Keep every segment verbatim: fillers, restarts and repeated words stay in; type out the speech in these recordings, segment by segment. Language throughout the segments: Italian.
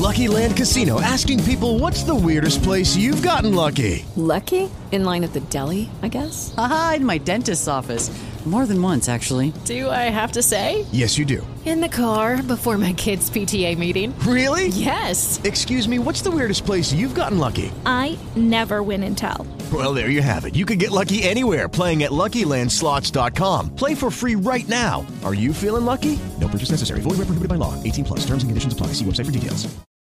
Lucky Land Casino, asking people, what's the weirdest place you've gotten lucky? Lucky? In line at the deli, I guess? Aha, in my dentist's office. More than once, actually. Do I have to say? Yes, you do. In the car before my kids' P T A meeting. Really? Yes. Excuse me, what's the weirdest place you've gotten lucky? I never win and tell. Well, there you have it. You can get lucky anywhere, playing at Lucky Land Slots dot com. Play for free right now. Are you feeling lucky? No purchase necessary. Void where prohibited by law. eighteen plus. Terms and conditions apply. See website for details.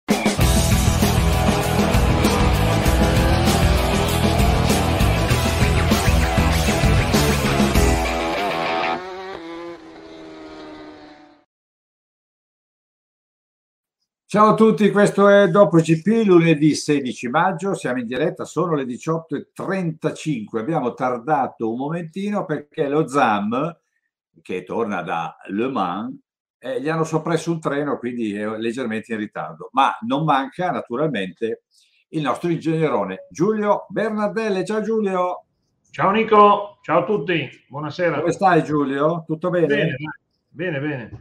Ciao a tutti, questo è Dopo G P, lunedì sedici maggio, siamo in diretta, sono le diciotto e trentacinque, abbiamo tardato un momentino perché lo Z A M, che torna da Le Mans, eh, gli hanno soppresso un treno, quindi è leggermente in ritardo, ma non manca naturalmente il nostro ingegnerone Giulio Bernardelli. Ciao Giulio! Ciao Nico, ciao a tutti, buonasera. Come stai Giulio? Tutto bene? Bene, bene, bene.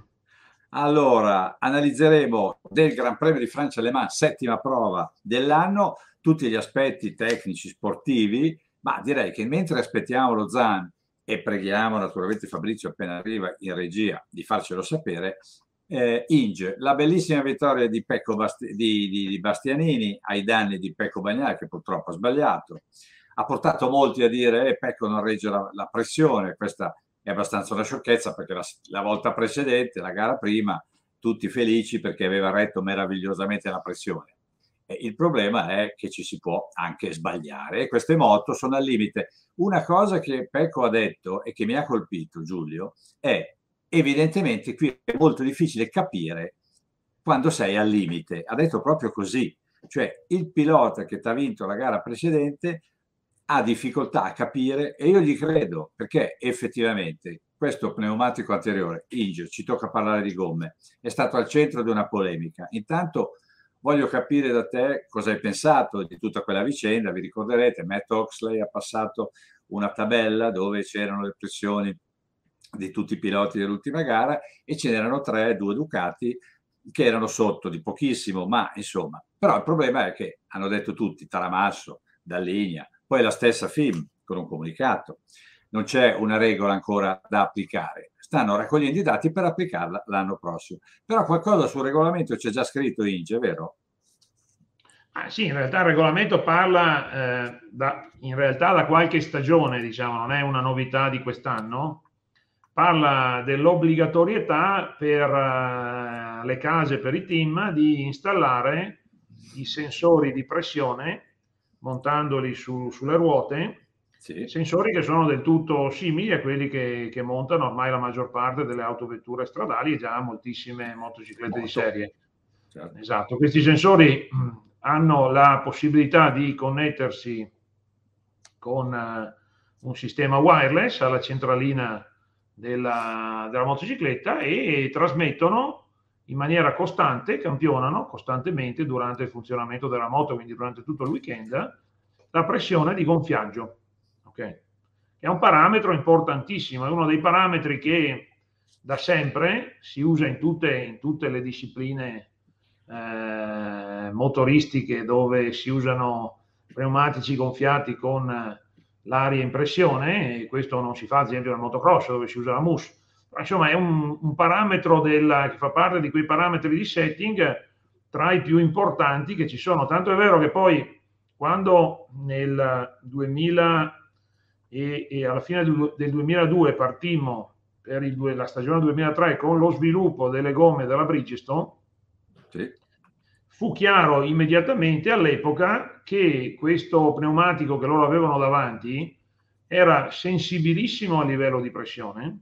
Allora, analizzeremo del Gran Premio di Francia Le Mans, settima prova dell'anno, tutti gli aspetti tecnici sportivi, ma direi che mentre aspettiamo lo Z A M e preghiamo naturalmente Fabrizio appena arriva in regia di farcelo sapere, eh, Inge, la bellissima vittoria di, Pecco Basti- di, di, di Bastianini ai danni di Pecco Bagnaia, che purtroppo ha sbagliato, ha portato molti a dire eh, Pecco non regge la, la pressione, questa è abbastanza una sciocchezza perché la, la volta precedente, la gara prima, tutti felici perché aveva retto meravigliosamente la pressione. E il problema è che ci si può anche sbagliare e queste moto sono al limite. Una cosa che Pecco ha detto e che mi ha colpito, Giulio, è evidentemente qui è molto difficile capire quando sei al limite. Ha detto proprio così, cioè il pilota che ti ha vinto la gara precedente ha difficoltà a capire, e io gli credo perché effettivamente questo pneumatico anteriore, Inge, ci tocca parlare di gomme, è stato al centro di una polemica. Intanto voglio capire da te cosa hai pensato di tutta quella vicenda. Vi ricorderete, Matt Oxley ha passato una tabella dove c'erano le pressioni di tutti i piloti dell'ultima gara e ce n'erano tre, due Ducati che erano sotto di pochissimo, ma insomma, però il problema è che hanno detto tutti, Taramasso, Dalligna, poi la stessa F I M con un comunicato, non c'è una regola ancora da applicare, stanno raccogliendo i dati per applicarla l'anno prossimo, però qualcosa sul regolamento c'è già scritto, Inge, vero? Ah, sì, in realtà il regolamento parla eh, da, in realtà da qualche stagione, diciamo, non è una novità di quest'anno, parla dell'obbligatorietà per uh, le case, per i team, di installare i sensori di pressione montandoli su, sulle ruote, sì. Sensori che sono del tutto simili a quelli che, che montano ormai la maggior parte delle autovetture stradali e già moltissime motociclette Moto. di serie. Certo. Esatto, questi sensori mh, hanno la possibilità di connettersi con uh, un sistema wireless alla centralina della, della motocicletta e trasmettono in maniera costante, campionano costantemente durante il funzionamento della moto, quindi durante tutto il weekend, la pressione di gonfiaggio, okay? Che è un parametro importantissimo, è uno dei parametri che da sempre si usa in tutte, in tutte le discipline eh, motoristiche dove si usano pneumatici gonfiati con l'aria in pressione, e questo non si fa ad esempio nel motocross dove si usa la mousse. Insomma, è un, un parametro del, che fa parte di quei parametri di setting tra i più importanti che ci sono. Tanto è vero che poi, quando nel duemila e, e alla fine del, del duemiladue partimmo per il, la stagione duemilatré con lo sviluppo delle gomme della Bridgestone, sì. Fu chiaro immediatamente all'epoca che questo pneumatico che loro avevano davanti era sensibilissimo a livello di pressione.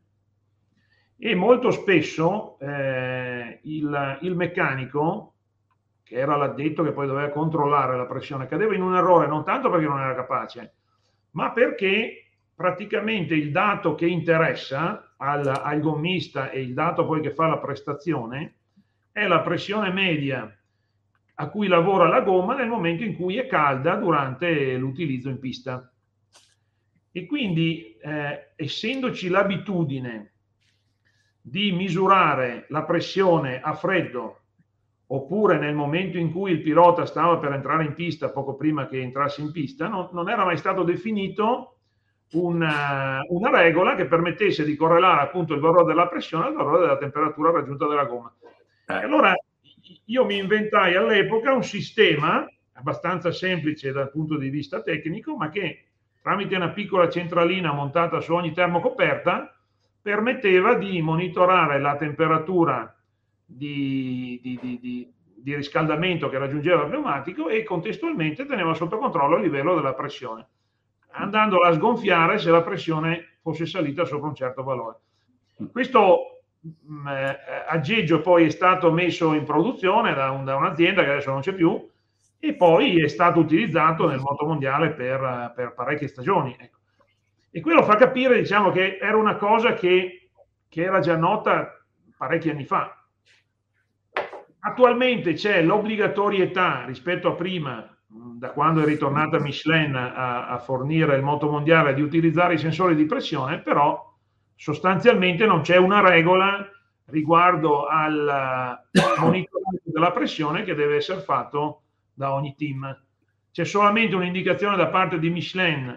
E molto spesso eh, il, il meccanico, che era l'addetto che poi doveva controllare la pressione, cadeva in un errore non tanto perché non era capace, ma perché praticamente il dato che interessa al, al gommista e il dato poi che fa la prestazione è la pressione media a cui lavora la gomma nel momento in cui è calda durante l'utilizzo in pista. E quindi, eh, essendoci l'abitudine di misurare la pressione a freddo oppure nel momento in cui il pilota stava per entrare in pista, poco prima che entrasse in pista, non, non era mai stato definito una, una regola che permettesse di correlare appunto il valore della pressione al valore della temperatura raggiunta dalla gomma. E allora io mi inventai all'epoca un sistema abbastanza semplice dal punto di vista tecnico, ma che tramite una piccola centralina montata su ogni termocoperta permetteva di monitorare la temperatura di, di, di, di, di riscaldamento che raggiungeva il pneumatico e contestualmente teneva sotto controllo il livello della pressione, andandola a sgonfiare se la pressione fosse salita sopra un certo valore. Questo mh, aggeggio poi è stato messo in produzione da, un, da un'azienda che adesso non c'è più, e poi è stato utilizzato nel motomondiale per, per parecchie stagioni. Ecco. E quello fa capire, diciamo, che era una cosa che, che era già nota parecchi anni fa. Attualmente c'è l'obbligatorietà rispetto a prima, da quando è ritornata Michelin a, a fornire il motomondiale, di utilizzare i sensori di pressione, però sostanzialmente non c'è una regola riguardo al monitoraggio della pressione che deve essere fatto da ogni team. C'è solamente un'indicazione da parte di Michelin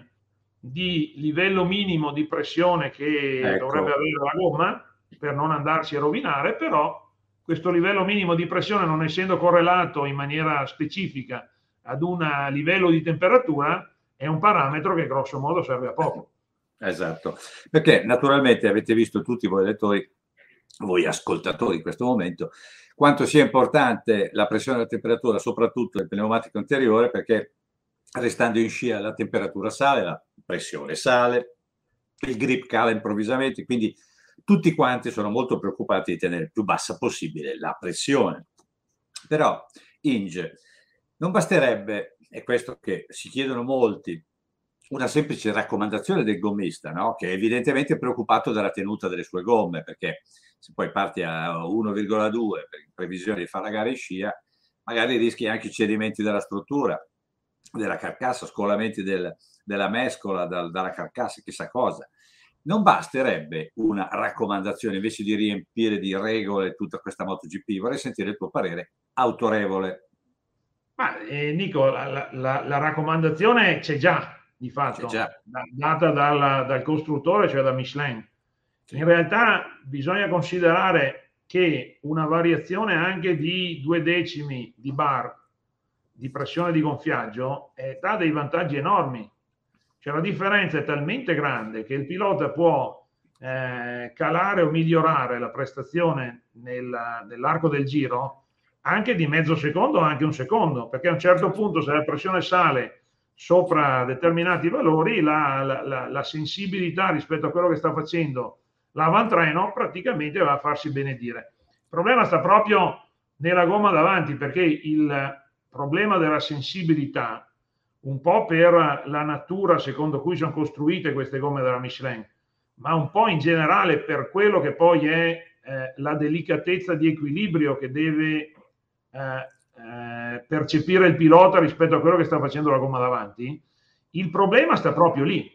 di livello minimo di pressione che ecco. dovrebbe avere la gomma per non andarsi a rovinare, però questo livello minimo di pressione, non essendo correlato in maniera specifica ad un livello di temperatura, è un parametro che grosso modo serve a poco. Esatto, perché naturalmente avete visto tutti voi lettori, voi ascoltatori in questo momento, quanto sia importante la pressione e la temperatura, soprattutto del pneumatico anteriore, perché restando in scia la temperatura sale, la pressione sale, il grip cala improvvisamente, quindi tutti quanti sono molto preoccupati di tenere il più bassa possibile la pressione. Però, Inge, non basterebbe, è questo che si chiedono molti, una semplice raccomandazione del gommista, no? Che evidentemente è preoccupato dalla tenuta delle sue gomme, perché se poi parti a uno virgola due per previsione di fare la gara in scia, magari rischi anche i cedimenti della struttura, della carcassa, scolamenti del, della mescola dal, dalla carcassa, chissà cosa. Non basterebbe una raccomandazione invece di riempire di regole tutta questa MotoGP? Vorrei sentire il tuo parere autorevole. Ma eh, Nico, la, la, la raccomandazione c'è già, di fatto, già. data dal, dal costruttore, cioè da Michelin. In realtà bisogna considerare che una variazione anche di due decimi di bar di pressione di gonfiaggio eh, dà dei vantaggi enormi. Cioè la differenza è talmente grande che il pilota può eh, calare o migliorare la prestazione nel, nell'arco del giro anche di mezzo secondo o anche un secondo, perché a un certo punto, se la pressione sale sopra determinati valori, la, la, la, la sensibilità rispetto a quello che sta facendo l'avantreno praticamente va a farsi benedire. Il problema sta proprio nella gomma davanti, perché il problema della sensibilità, un po' per la natura secondo cui sono costruite queste gomme della Michelin, ma un po' in generale per quello che poi è eh, la delicatezza di equilibrio che deve eh, eh, percepire il pilota rispetto a quello che sta facendo la gomma davanti, il problema sta proprio lì.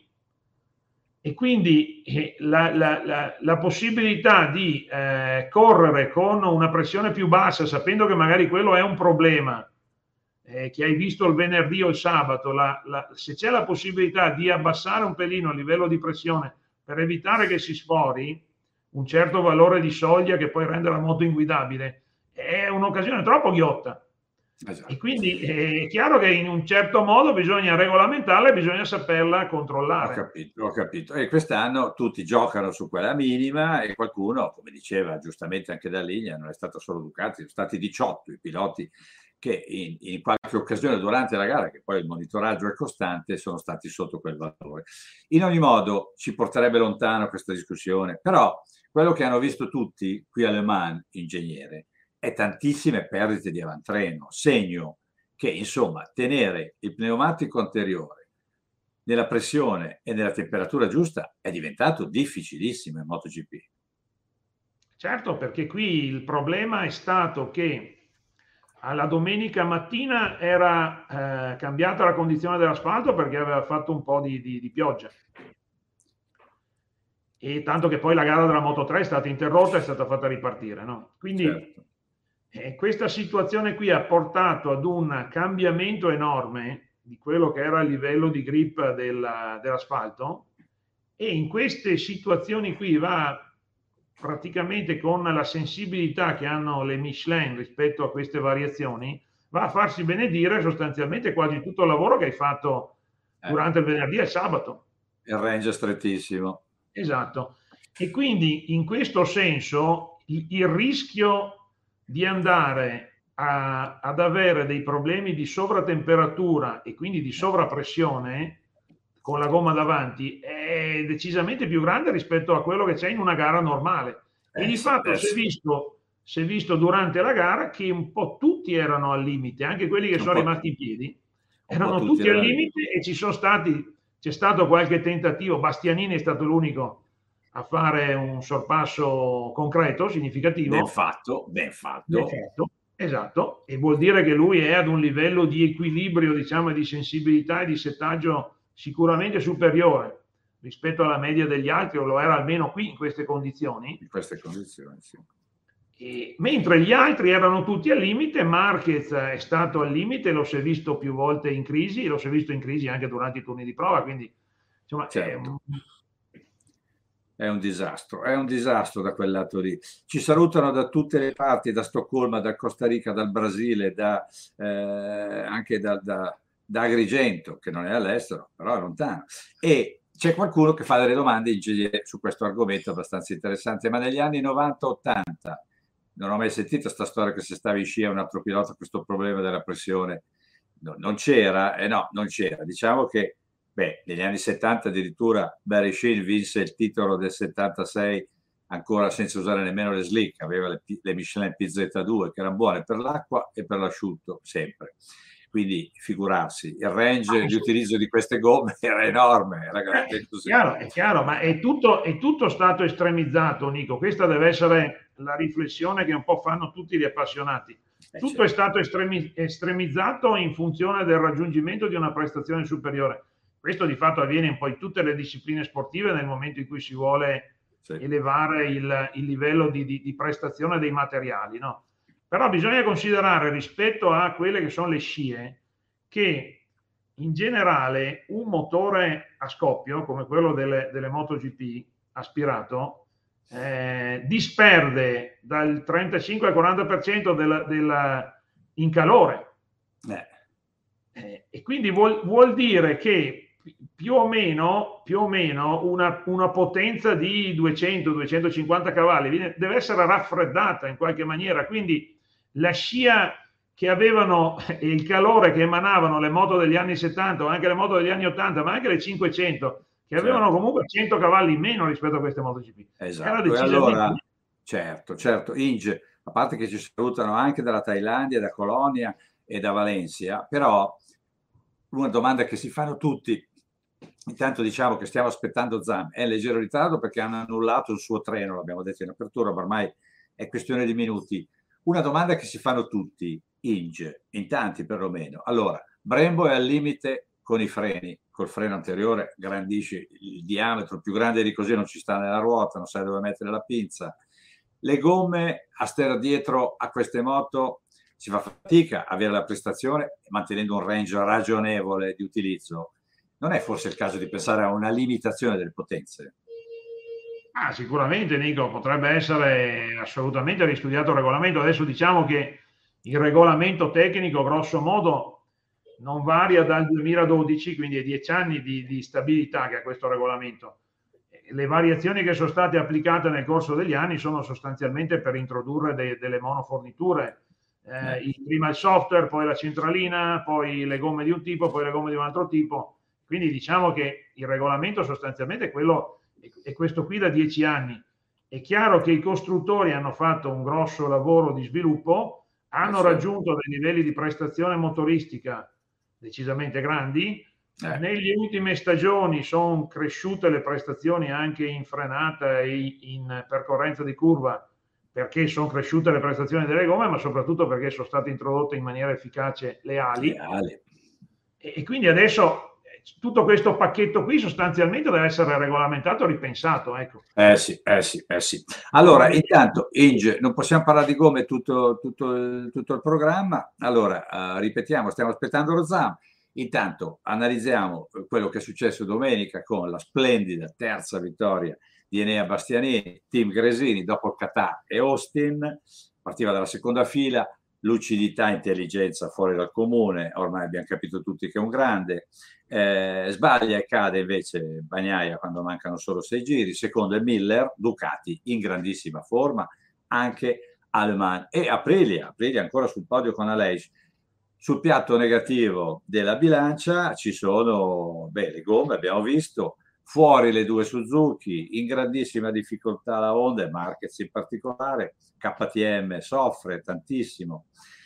E quindi eh, la, la, la, la possibilità di eh, correre con una pressione più bassa, sapendo che magari quello è un problema eh, che hai visto il venerdì o il sabato, la, la, se c'è la possibilità di abbassare un pelino il livello di pressione per evitare che si sfori un certo valore di soglia che poi rende la moto inguidabile, è un'occasione troppo ghiotta. Esatto. E quindi è chiaro che in un certo modo bisogna regolamentarla e bisogna saperla controllare. Ho capito, ho capito. E quest'anno tutti giocano su quella minima e qualcuno, come diceva giustamente anche da Linea, non è stato solo Ducati, sono stati diciotto i piloti che in, in qualche occasione durante la gara, che poi il monitoraggio è costante, sono stati sotto quel valore. In ogni modo ci porterebbe lontano questa discussione, però quello che hanno visto tutti qui a Le Mans, ingegnere, è tantissime perdite di avantreno, segno che insomma tenere il pneumatico anteriore nella pressione e nella temperatura giusta è diventato difficilissimo in MotoGP. Certo, perché qui il problema è stato che alla domenica mattina era eh, cambiata la condizione dell'asfalto perché aveva fatto un po' di, di, di pioggia. E tanto che poi la gara della Moto tre è stata interrotta e è stata fatta ripartire, no? Quindi certo. E questa situazione qui ha portato ad un cambiamento enorme di quello che era il livello di grip della, dell'asfalto, e in queste situazioni qui va praticamente, con la sensibilità che hanno le Michelin rispetto a queste variazioni, va a farsi benedire sostanzialmente quasi tutto il lavoro che hai fatto durante il venerdì e il sabato. Il range è strettissimo. Esatto. E quindi in questo senso il, il rischio di andare a, ad avere dei problemi di sovratemperatura e quindi di sovrappressione con la gomma davanti è decisamente più grande rispetto a quello che c'è in una gara normale. E Eh, di sì, fatto eh, si è sì. visto, si è visto durante la gara che un po' tutti erano al limite, anche quelli che Un sono po' rimasti in tutti. piedi, Un po' erano tutti tutti al erano al limite, e ci sono stati, c'è stato qualche tentativo. Bastianini è stato l'unico a fare un sorpasso concreto, significativo. Ben fatto, ben fatto. Ben fatto, esatto, e vuol dire che lui è ad un livello di equilibrio, diciamo, e di sensibilità e di settaggio sicuramente superiore rispetto alla media degli altri, o lo era almeno qui in queste condizioni. In queste condizioni, sì. E, mentre gli altri erano tutti al limite, Marquez è stato al limite, lo si è visto più volte in crisi, e lo si è visto in crisi anche durante i turni di prova, quindi insomma Certo. è, È un disastro, è un disastro da quel lato lì. Ci salutano da tutte le parti, da Stoccolma, da Costa Rica, dal Brasile, da, eh, anche da, da, da Agrigento, che non è all'estero, però è lontano. E c'è qualcuno che fa delle domande ingegnere su questo argomento abbastanza interessante. Ma negli anni novanta ottanta, non ho mai sentito questa storia che se stavi in scia un altro pilota questo problema della pressione no, non c'era? Eh no, non c'era. Diciamo che beh, negli anni settanta addirittura Barry Sheen vinse il titolo del settantasei ancora senza usare nemmeno le slick, aveva le, le Michelin P Z due che erano buone per l'acqua e per l'asciutto sempre. Quindi figurarsi, il range di utilizzo di queste gomme era enorme, era grande così. È chiaro, è chiaro, ma è tutto, è tutto stato estremizzato, Nico. Questa deve essere la riflessione che un po' fanno tutti gli appassionati. Eh, Tutto certo. è stato estremi- estremizzato in funzione del raggiungimento di una prestazione superiore. Questo di fatto avviene un po' in tutte le discipline sportive nel momento in cui si vuole Sì. elevare il, il livello di, di, di prestazione dei materiali, no? Però bisogna considerare, rispetto a quelle che sono le scie, che in generale un motore a scoppio come quello delle, delle MotoGP aspirato eh, disperde dal trentacinque al quaranta per cento del, del, in calore. Eh. Eh, e quindi vuol, vuol dire che più o meno, più o meno una, una potenza di duecento duecentocinquanta cavalli viene, deve essere raffreddata in qualche maniera. Quindi la scia che avevano e il calore che emanavano le moto degli anni settanta o anche le moto degli anni ottanta, ma anche le cinquecento, che avevano Certo. comunque cento cavalli in meno rispetto a queste MotoGP. Esatto. Era E decisamente... allora, certo, certo, Inge, a parte che ci salutano anche dalla Thailandia, da Colonia e da Valencia, però una domanda che si fanno tutti, intanto diciamo che stiamo aspettando Zam, è in leggero ritardo perché hanno annullato il suo treno, l'abbiamo detto in apertura, ma ormai è questione di minuti. Una domanda che si fanno tutti, Inge, in tanti perlomeno. Allora, Brembo è al limite con i freni, col freno anteriore grandisce il diametro, più grande di così non ci sta nella ruota, non sai dove mettere la pinza. Le gomme a stare dietro a queste moto si fa fatica a avere la prestazione mantenendo un range ragionevole di utilizzo. Non è forse il caso di pensare a una limitazione delle potenze? Ah, sicuramente, Nico, potrebbe essere assolutamente ristudiato il regolamento. Adesso diciamo che il regolamento tecnico, grosso modo, non varia dal duemiladodici, quindi è dieci anni di, di stabilità che ha questo regolamento. Le variazioni che sono state applicate nel corso degli anni sono sostanzialmente per introdurre de, delle monoforniture. Eh, il, prima il software, poi la centralina, poi le gomme di un tipo, poi le gomme di un altro tipo. Quindi diciamo che il regolamento sostanzialmente è quello, è questo qui da dieci anni. È chiaro che i costruttori hanno fatto un grosso lavoro di sviluppo, hanno eh sì. raggiunto dei livelli di prestazione motoristica decisamente grandi. Eh. Nelle ultime stagioni sono cresciute le prestazioni anche in frenata e in percorrenza di curva, perché sono cresciute le prestazioni delle gomme, ma soprattutto perché sono state introdotte in maniera efficace le ali. Le ali. E, e quindi adesso tutto questo pacchetto qui sostanzialmente deve essere regolamentato, ripensato, ecco. Eh sì, eh sì, eh sì. Allora, intanto, Inge, non possiamo parlare di gomme tutto, tutto, il, tutto il programma. Allora, uh, ripetiamo, stiamo aspettando lo ZAM. Intanto analizziamo quello che è successo domenica con la splendida terza vittoria di Enea Bastianini, team Gresini, dopo il Qatar e Austin. Partiva dalla seconda fila, lucidità, intelligenza fuori dal comune, ormai abbiamo capito tutti che è un grande. Eh, sbaglia e cade invece Bagnaia quando mancano solo sei giri. Secondo è Miller, Ducati in grandissima forma, anche Alemanno e Aprilia, Aprilia ancora sul podio con Aleix. Sul piatto negativo della bilancia ci sono beh, le gomme, abbiamo visto, fuori le due Suzuki, in grandissima difficoltà la Honda e Marquez in particolare, K T M soffre tantissimo,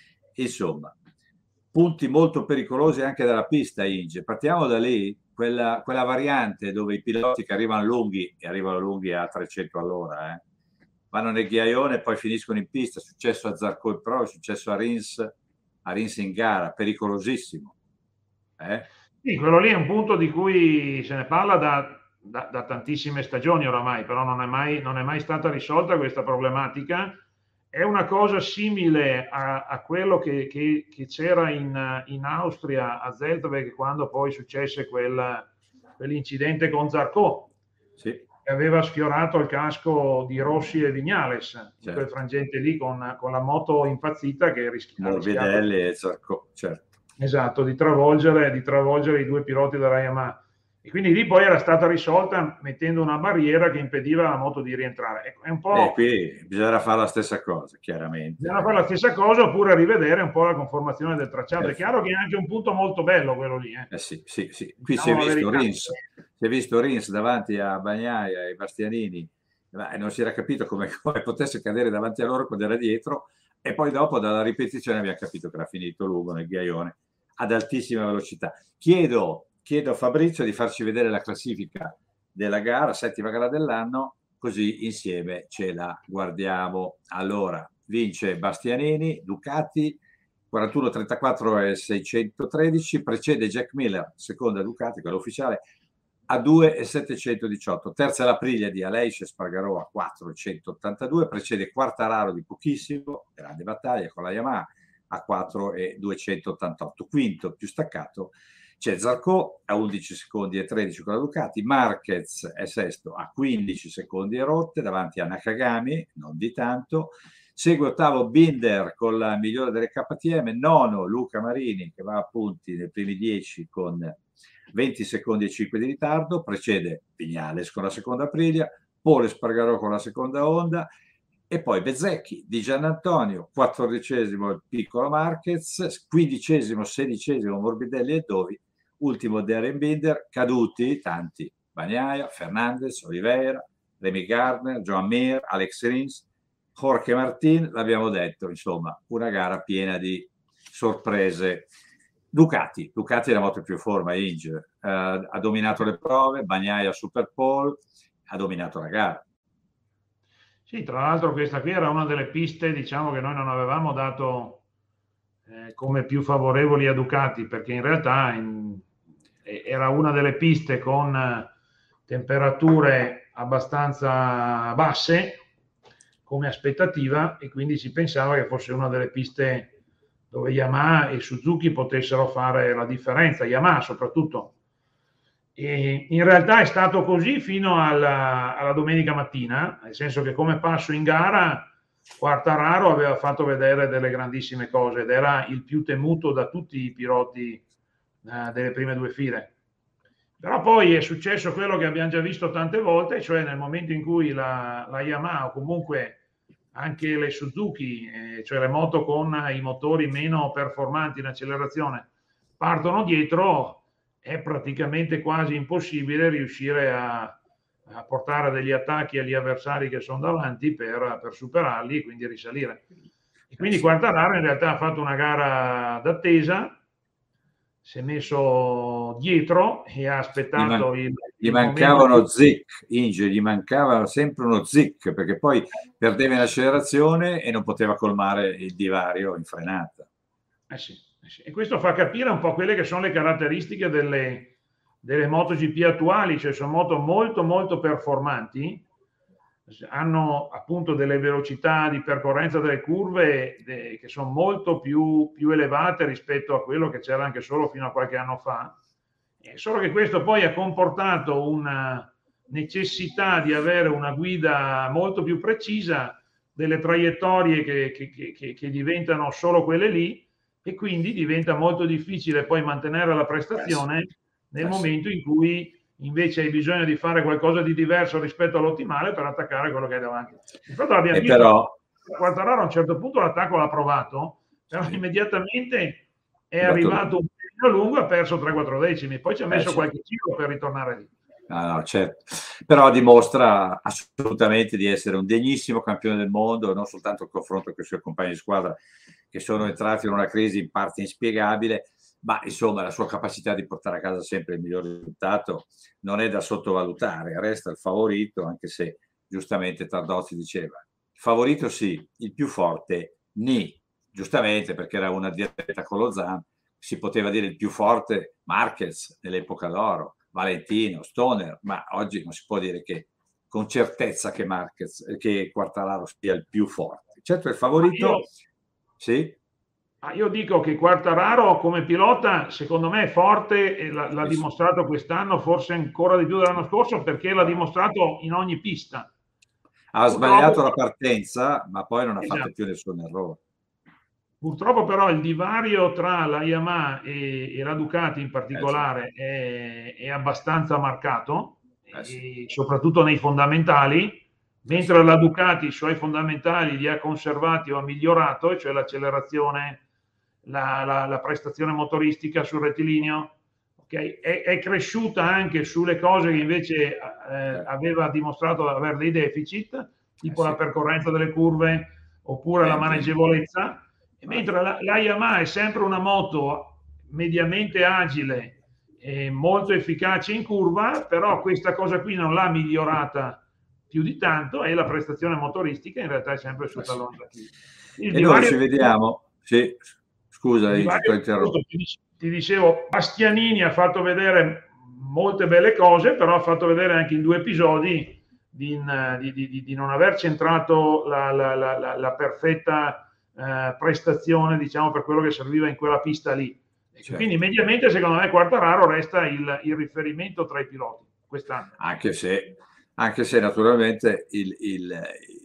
insomma punti molto pericolosi anche dalla pista. Inge, partiamo da lì, quella, quella variante dove i piloti che arrivano lunghi e arrivano lunghi a trecento all'ora eh, vanno nel ghiaione e poi finiscono in pista, è successo a Zarco in Pro, è successo a Rins a Rins in gara, pericolosissimo. Eh? Sì, quello lì è un punto di cui se ne parla da, da, da tantissime stagioni oramai, però non è mai, non è mai stata risolta questa problematica. È una cosa simile a, a quello che, che, che c'era in, in Austria a Zeltweg quando poi successe quel, quell'incidente con Zarco, sì, che aveva sfiorato il casco di Rossi e Vignales, certo, in quel frangente lì con, con la moto impazzita che rischiava Morbidelli e Zarco, certo. Esatto, di travolgere, di travolgere i due piloti della Yamaha. E quindi lì poi era stata risolta mettendo una barriera che impediva alla moto di rientrare. Ecco, è un po'... E qui bisognerà fare la stessa cosa, chiaramente. Bisogna fare la stessa cosa oppure rivedere un po' la conformazione del tracciato. È chiaro che è anche un punto molto bello quello lì. Eh, eh sì, sì, sì. Qui si è, visto Rins, si è visto Rins davanti a Bagnaia e Bastianini, e non si era capito come, come potesse cadere davanti a loro quando era dietro, e poi dopo dalla ripetizione abbiamo capito che era finito lungo nel ghiaione ad altissima velocità. Chiedo, chiedo a Fabrizio di farci vedere la classifica della gara, settima gara dell'anno, così insieme ce la guardiamo. Allora, vince Bastianini, Ducati, quarantuno trentaquattro e seicentotredici, precede Jack Miller, seconda Ducati, quella ufficiale, a due e settecentodiciotto, terza la Aprilia di Aleix e Spargarò a quattro e centottantadue, precede Quartararo di pochissimo, grande battaglia con la Yamaha, a quattro e duecentottantotto, quinto più staccato c'è Zarco a undici secondi e tredici con la Ducati, Marquez è sesto a quindici secondi e rotte davanti a Nakagami, non di tanto, segue ottavo Binder con la migliore delle K T M, nono Luca Marini che va a punti nei primi dieci con venti secondi e cinque di ritardo, precede Vignales con la seconda Aprilia, Pole Spargarò con la seconda Honda, e poi Bezzecchi di Giannantonio, quattordicesimo il piccolo Marquez, quindicesimo, sedicesimo Morbidelli e Dovi, ultimo Darren Binder, caduti tanti, Bagnaia, Fernandez, Oliveira, Remy Gardner, Joan Mir, Alex Rins, Jorge Martin, l'abbiamo detto, insomma, una gara piena di sorprese. Ducati, Ducati è la moto più in forma, Inge, eh, ha dominato le prove, Bagnaia Super Pole, ha dominato la gara. Sì, tra l'altro questa qui era una delle piste, diciamo, che noi non avevamo dato eh, come più favorevoli a Ducati, perché in realtà in, era una delle piste con eh, temperature abbastanza basse come aspettativa, e quindi si pensava che fosse una delle piste dove Yamaha e Suzuki potessero fare la differenza, Yamaha soprattutto. E in realtà è stato così fino alla, alla domenica mattina, nel senso che come passo in gara Quartararo aveva fatto vedere delle grandissime cose ed era il più temuto da tutti i piloti eh, delle prime due file. Però poi è successo quello che abbiamo già visto tante volte, cioè nel momento in cui la, la Yamaha o comunque anche le Suzuki, eh, cioè le moto con i motori meno performanti in accelerazione, partono dietro, è praticamente quasi impossibile riuscire a, a portare degli attacchi agli avversari che sono davanti per, per superarli e quindi risalire. E quindi Quartararo in realtà ha fatto una gara d'attesa, si è messo dietro e ha aspettato gli, man- il, gli il mancava momento... uno zic, Inge, gli mancava sempre uno zic, perché poi perdeva in accelerazione e non poteva colmare il divario in frenata. Eh sì. E questo fa capire un po' quelle che sono le caratteristiche delle, delle MotoGP attuali, cioè sono moto molto molto performanti, hanno appunto delle velocità di percorrenza delle curve de, che sono molto più, più elevate rispetto a quello che c'era anche solo fino a qualche anno fa. E solo che questo poi ha comportato una necessità di avere una guida molto più precisa, delle traiettorie che, che, che, che diventano solo quelle lì, e quindi diventa molto difficile poi mantenere la prestazione nel momento in cui invece hai bisogno di fare qualcosa di diverso rispetto all'ottimale per attaccare quello che hai davanti. Infatti l'abbiamo visto, però Quartararo a un certo punto l'attacco l'ha provato, però sì, immediatamente è arrivato un po' lungo e ha perso tre quattro decimi, poi ci ha messo eh, qualche giro per ritornare lì. No, no, certo. Però dimostra assolutamente di essere un degnissimo campione del mondo, non soltanto il confronto con i suoi compagni di squadra che sono entrati in una crisi in parte inspiegabile, ma insomma la sua capacità di portare a casa sempre il miglior risultato non è da sottovalutare. Resta il favorito, anche se giustamente Tardozzi diceva il favorito sì, il più forte ni, giustamente perché era una diretta con lo Zan, si poteva dire il più forte Marquez nell'epoca d'oro, Valentino, Stoner, ma oggi non si può dire che con certezza che Marquez, che Quartararo sia il più forte. Certo il favorito, io, sì. Io dico che Quartararo come pilota secondo me è forte e l'ha, l'ha dimostrato quest'anno, forse ancora di più dell'anno scorso, perché l'ha dimostrato in ogni pista. Ha Purtroppo, sbagliato la partenza, ma poi non ha esatto. fatto più nessun errore. Purtroppo però il divario tra la Yamaha e, e la Ducati in particolare eh, è, è abbastanza marcato, eh sì. e soprattutto nei fondamentali, mentre la Ducati i suoi fondamentali li ha conservati o ha migliorato, cioè l'accelerazione, la, la, la prestazione motoristica sul rettilineo, okay? è, è cresciuta anche sulle cose che invece eh, aveva dimostrato di avere dei deficit, tipo eh sì. la percorrenza delle curve oppure eh, la maneggevolezza. Mentre la, la Yamaha è sempre una moto mediamente agile e molto efficace in curva, però questa cosa qui non l'ha migliorata più di tanto e la prestazione motoristica in realtà è sempre sul tallone d'Achille. E divario, noi ci vediamo. Sì. Scusa, divario, ti, ti dicevo, Bastianini ha fatto vedere molte belle cose, però ha fatto vedere anche in due episodi di, di, di, di non aver centrato la, la, la, la, la perfetta Eh, prestazione, diciamo, per quello che serviva in quella pista lì. Certo. Quindi mediamente secondo me Quartararo resta il, il riferimento tra i piloti quest'anno. Anche se, anche se naturalmente il, il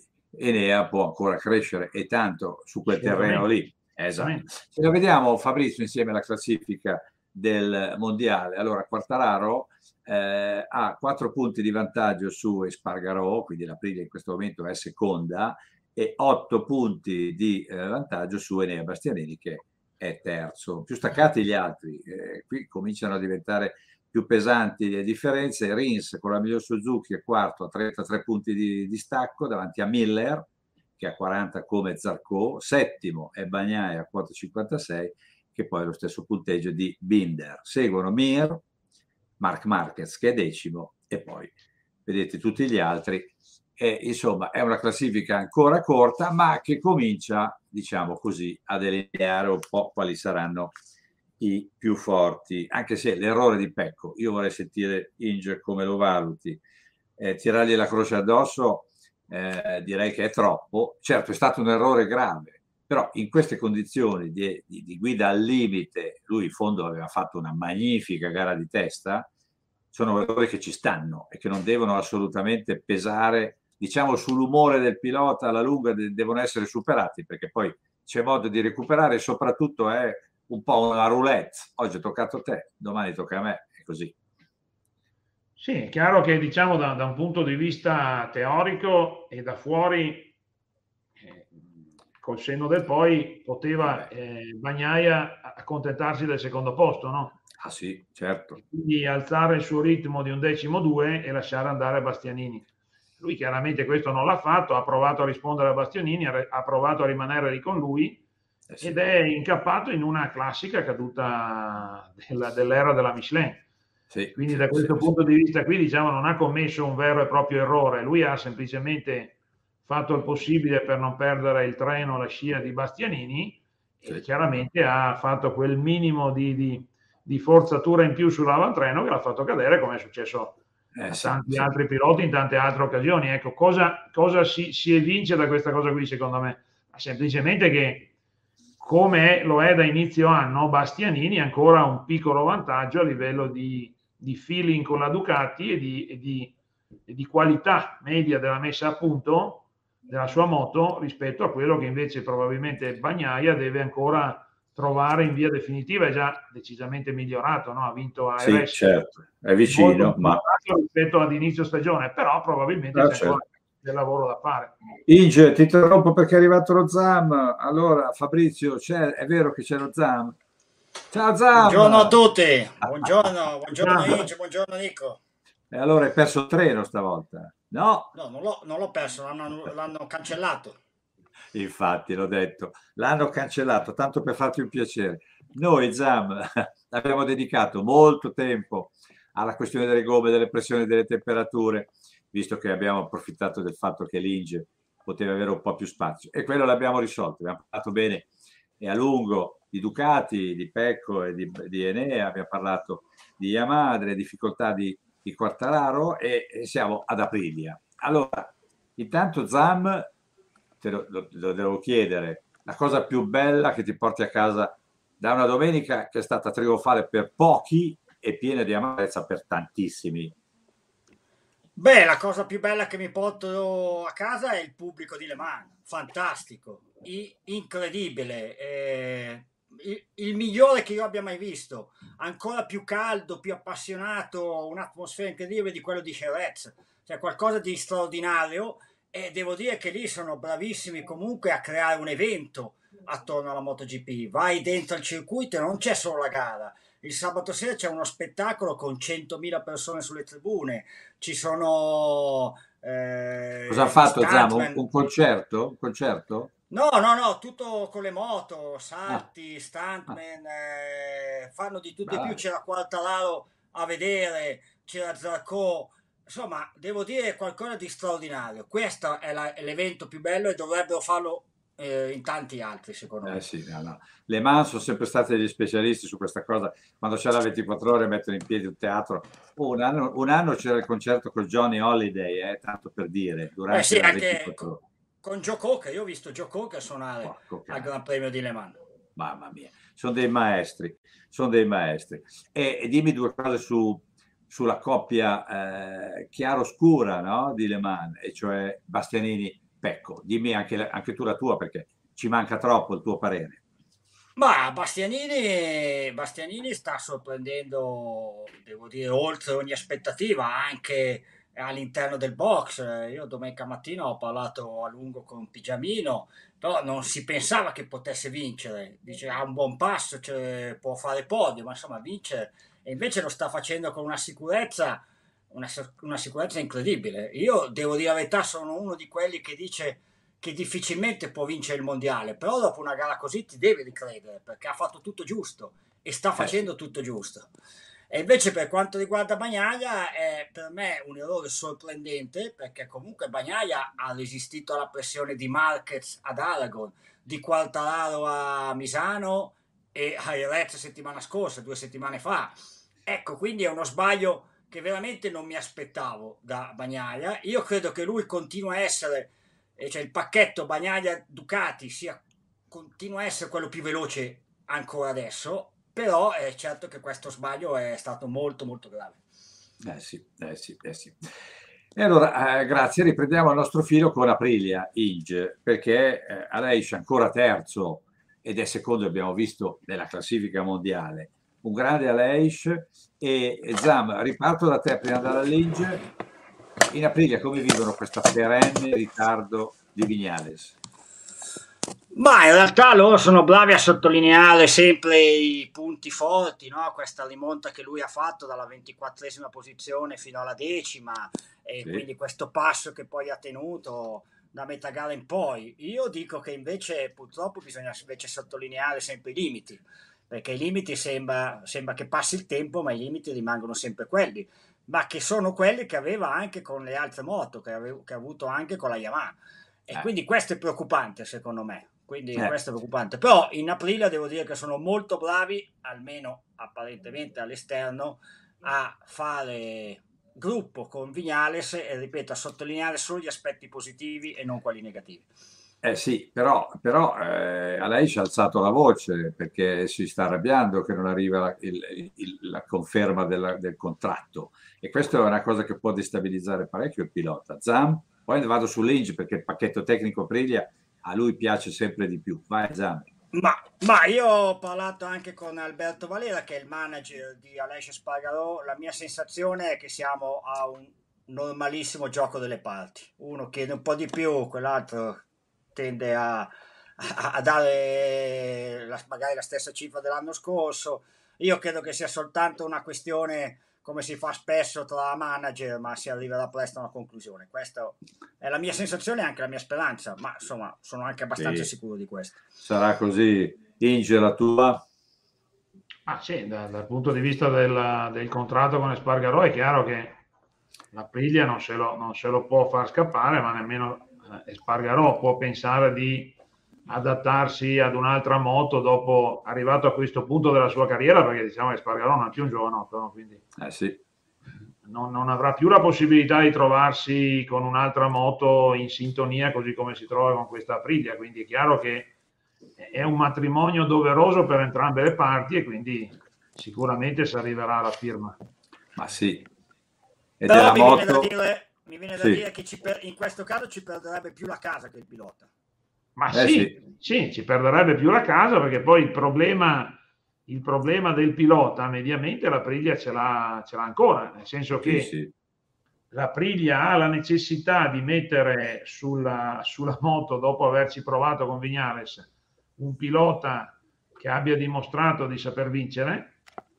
Enea può ancora crescere e tanto su quel terreno lì. Esatto. Se la vediamo Fabrizio insieme alla classifica del mondiale, allora Quartararo eh, ha quattro punti di vantaggio su Espargaró, quindi l'Aprilia in questo momento è seconda, e otto punti di eh, vantaggio su Enea Bastianini che è terzo. Più staccati gli altri, eh, qui cominciano a diventare più pesanti le differenze. Rins con la miglior Suzuki è quarto a trentatré punti di, di stacco davanti a Miller che ha quaranta come Zarco, settimo è Bagnaia a quota cinquantasei che poi è lo stesso punteggio di Binder. Seguono Mir, Marc Marquez che è decimo e poi vedete tutti gli altri. E, insomma, è una classifica ancora corta, ma che comincia, diciamo così, a delineare un po' quali saranno i più forti. Anche se l'errore di Pecco, io vorrei sentire Inge come lo valuti. Eh, tirargli la croce addosso eh, direi che è troppo. Certo, è stato un errore grave, però in queste condizioni di, di, di guida al limite, lui in fondo aveva fatto una magnifica gara di testa, sono errori che ci stanno e che non devono assolutamente pesare, diciamo, sull'umore del pilota alla lunga, de- devono essere superati, perché poi c'è modo di recuperare e soprattutto è un po' una roulette. Oggi è toccato a te, domani tocca a me, è così. Sì, è chiaro che, diciamo, da, da un punto di vista teorico e da fuori, eh, col senno del poi, poteva eh, Bagnaia accontentarsi del secondo posto, no? Ah sì, certo. E quindi alzare il suo ritmo di un decimo due e lasciare andare Bastianini. Lui chiaramente questo non l'ha fatto, ha provato a rispondere a Bastianini, ha provato a rimanere lì con lui eh sì. ed è incappato in una classica caduta della, dell'era della Michelin. Sì, Quindi sì, da questo sì, punto sì. di vista qui, diciamo, non ha commesso un vero e proprio errore, lui ha semplicemente fatto il possibile per non perdere il treno, la scia di Bastianini sì. e chiaramente ha fatto quel minimo di, di, di forzatura in più sull'avantreno che l'ha fatto cadere, come è successo Eh, a sì, tanti sì. altri piloti in tante altre occasioni. Ecco, cosa, cosa si, si evince da questa cosa qui, secondo me? Semplicemente che, come lo è da inizio anno, Bastianini ha ancora un piccolo vantaggio a livello di, di feeling con la Ducati e di, e, di, e di qualità media della messa a punto della sua moto rispetto a quello che invece probabilmente Bagnaia deve ancora trovare in via definitiva. È già decisamente migliorato, no? Ha vinto a Sì, Jerez, certo, è vicino, molto ma migliorato rispetto ad inizio stagione, però probabilmente Ah, c'è ancora certo. del lavoro da fare. Inge, ti interrompo perché è arrivato lo Zam. Allora, Fabrizio, c'è, è vero che c'è lo Zam? Ciao Buongiorno a Zam! tutti, buongiorno, buongiorno Ciao. Inge, buongiorno Nico. E allora hai perso il treno stavolta? No, No, non l'ho, non l'ho perso, l'hanno, l'hanno cancellato. infatti l'ho detto, l'hanno cancellato, tanto per farti un piacere. Noi, Zam, abbiamo dedicato molto tempo alla questione delle gomme, delle pressioni, delle temperature, visto che abbiamo approfittato del fatto che l'Inge poteva avere un po' più spazio, e quello l'abbiamo risolto. Abbiamo parlato bene e a lungo di Ducati, di Pecco e di, di Enea, abbiamo parlato di Yamaha, delle difficoltà di, di Quartararo, e, e siamo ad Aprilia. Allora, intanto Zam, te lo, lo, lo devo chiedere, la cosa più bella che ti porti a casa da una domenica che è stata trionfale per pochi e piena di amarezza per tantissimi. Beh, la cosa più bella che mi porto a casa è il pubblico di Le Mans, fantastico, i- incredibile, eh, il, il migliore che io abbia mai visto, ancora più caldo, più appassionato, un'atmosfera incredibile di quello di Jerez, cioè qualcosa di straordinario, e devo dire che lì sono bravissimi comunque a creare un evento attorno alla MotoGP. Vai dentro il circuito e non c'è solo la gara. Il sabato sera c'è uno spettacolo con centomila persone sulle tribune, ci sono eh, Cosa ha fatto Zam? Un, stuntman. un concerto? Un concerto? No, no, no, tutto con le moto, Ah, salti, ah, stuntman, eh, fanno di tutto e più. dai. C'era Quartararo a vedere, c'era Zarco, insomma, devo dire qualcosa di straordinario. Questo è, la- è l'evento più bello e dovrebbero farlo eh, in tanti altri, secondo Eh me. sì, no, no. Le Mans sono sempre stati degli specialisti su questa cosa. Quando c'era ventiquattro ore mettono in piedi un teatro. Oh, un anno, un anno c'era il concerto con Johnny Holiday, eh, tanto per dire, Eh durante sì, la anche ventiquattro co- ore. con Joe Cocker, io ho visto Joe Cocker suonare Porco al cane. Gran Premio di Le Mans. Mamma mia, sono dei maestri, sono dei maestri. E, e dimmi due cose su, sulla coppia eh, chiaro-scura, no, di Le Mans, e cioè Bastianini-Pecco. Dimmi anche, la- anche tu la tua, perché ci manca troppo il tuo parere. Ma Bastianini, Bastianini sta sorprendendo, devo dire, oltre ogni aspettativa, anche all'interno del box. Io domenica mattina ho parlato a lungo con Pigiamino, però non si pensava che potesse vincere. Dice ha un buon passo, cioè, può fare podio, ma insomma vincere. E invece lo sta facendo con una sicurezza, una, una sicurezza incredibile. Io devo dire la verità, sono uno di quelli che dice che difficilmente può vincere il mondiale, però dopo una gara così ti devi ricredere perché ha fatto tutto giusto e sta Eh sì. facendo tutto giusto. E invece per quanto riguarda Bagnaia è per me un errore sorprendente perché comunque Bagnaia ha resistito alla pressione di Marquez ad Aragon, di Quartararo a Misano e a Jerez settimana scorsa, due settimane fa. Ecco, quindi è uno sbaglio che veramente non mi aspettavo da Bagnaia. Io credo che lui continua a essere, cioè il pacchetto Bagnaia Ducati sia, continua a essere quello più veloce ancora adesso, però è certo che questo sbaglio è stato molto molto grave. Eh sì, eh sì, eh sì. E allora, eh, grazie, riprendiamo il nostro filo con Aprilia, Inge, perché eh, Aleix ancora terzo ed è secondo, abbiamo visto, nella classifica mondiale. Un grande Aleix. E, e Zam, riparto da te prima di andare all'Inge. In Aprilia come vivono questo perenne ritardo di Viñales? Ma in realtà loro sono bravi a sottolineare sempre i punti forti, no? Questa rimonta che lui ha fatto dalla ventiquattresima posizione fino alla decima e Sì. quindi questo passo che poi ha tenuto da metà gara in poi. Io dico che invece purtroppo bisogna invece sottolineare sempre i limiti, perché i limiti sembra, sembra che passi il tempo, ma i limiti rimangono sempre quelli, ma che sono quelli che aveva anche con le altre moto, che, avevo, che ha avuto anche con la Yamaha. E Eh. quindi questo è preoccupante secondo me. quindi Eh. questo è preoccupante. Però in Aprilia devo dire che sono molto bravi, almeno apparentemente all'esterno, a fare gruppo con Viñales e, ripeto, a sottolineare solo gli aspetti positivi e non quelli negativi. Eh sì, però, però eh, a lei ci ha alzato la voce perché si sta arrabbiando che non arriva la, il- il- la conferma della- del contratto, e questa è una cosa che può destabilizzare parecchio il pilota. Zam, poi vado su Lynch perché il pacchetto tecnico Aprilia a lui piace sempre di più. Vai Zam. Ma, ma io ho parlato anche con Alberto Valera, che è il manager di Aleix Spargarò. La mia sensazione è che siamo a un normalissimo gioco delle parti. Uno chiede un po' di più, quell'altro tende a, a- a dare la- magari la stessa cifra dell'anno scorso. Io credo che sia soltanto una questione, come si fa spesso tra manager, ma si arriverà presto a una conclusione. Questa è la mia sensazione e anche la mia speranza, ma insomma sono anche abbastanza Sì. sicuro di questo. Sarà così. Inge, la tua? Ah, sì, da- dal punto di vista del, del contratto con Espargarò è chiaro che la Priglia non se lo, non se lo può far scappare, ma nemmeno eh, Espargarò può pensare di adattarsi ad un'altra moto dopo arrivato a questo punto della sua carriera, perché diciamo che Espargarò non è più un giovanotto, no? Quindi Eh sì. non, non avrà più la possibilità di trovarsi con un'altra moto in sintonia così come si trova con questa Aprilia, quindi è chiaro che è un matrimonio doveroso per entrambe le parti e quindi sicuramente si arriverà alla firma. Ma sì. E Però della mi viene da moto? dire, mi viene da Sì. dire che ci per- in questo caso ci perderebbe più la casa che il pilota. Ma Eh, sì, sì. sì, ci perderebbe più la casa perché poi il problema, il problema del pilota mediamente la Aprilia ce l'ha, ce l'ha ancora, nel senso che Sì, sì. la Aprilia ha la necessità di mettere sulla, sulla moto, dopo averci provato con Viñales, un pilota che abbia dimostrato di saper vincere,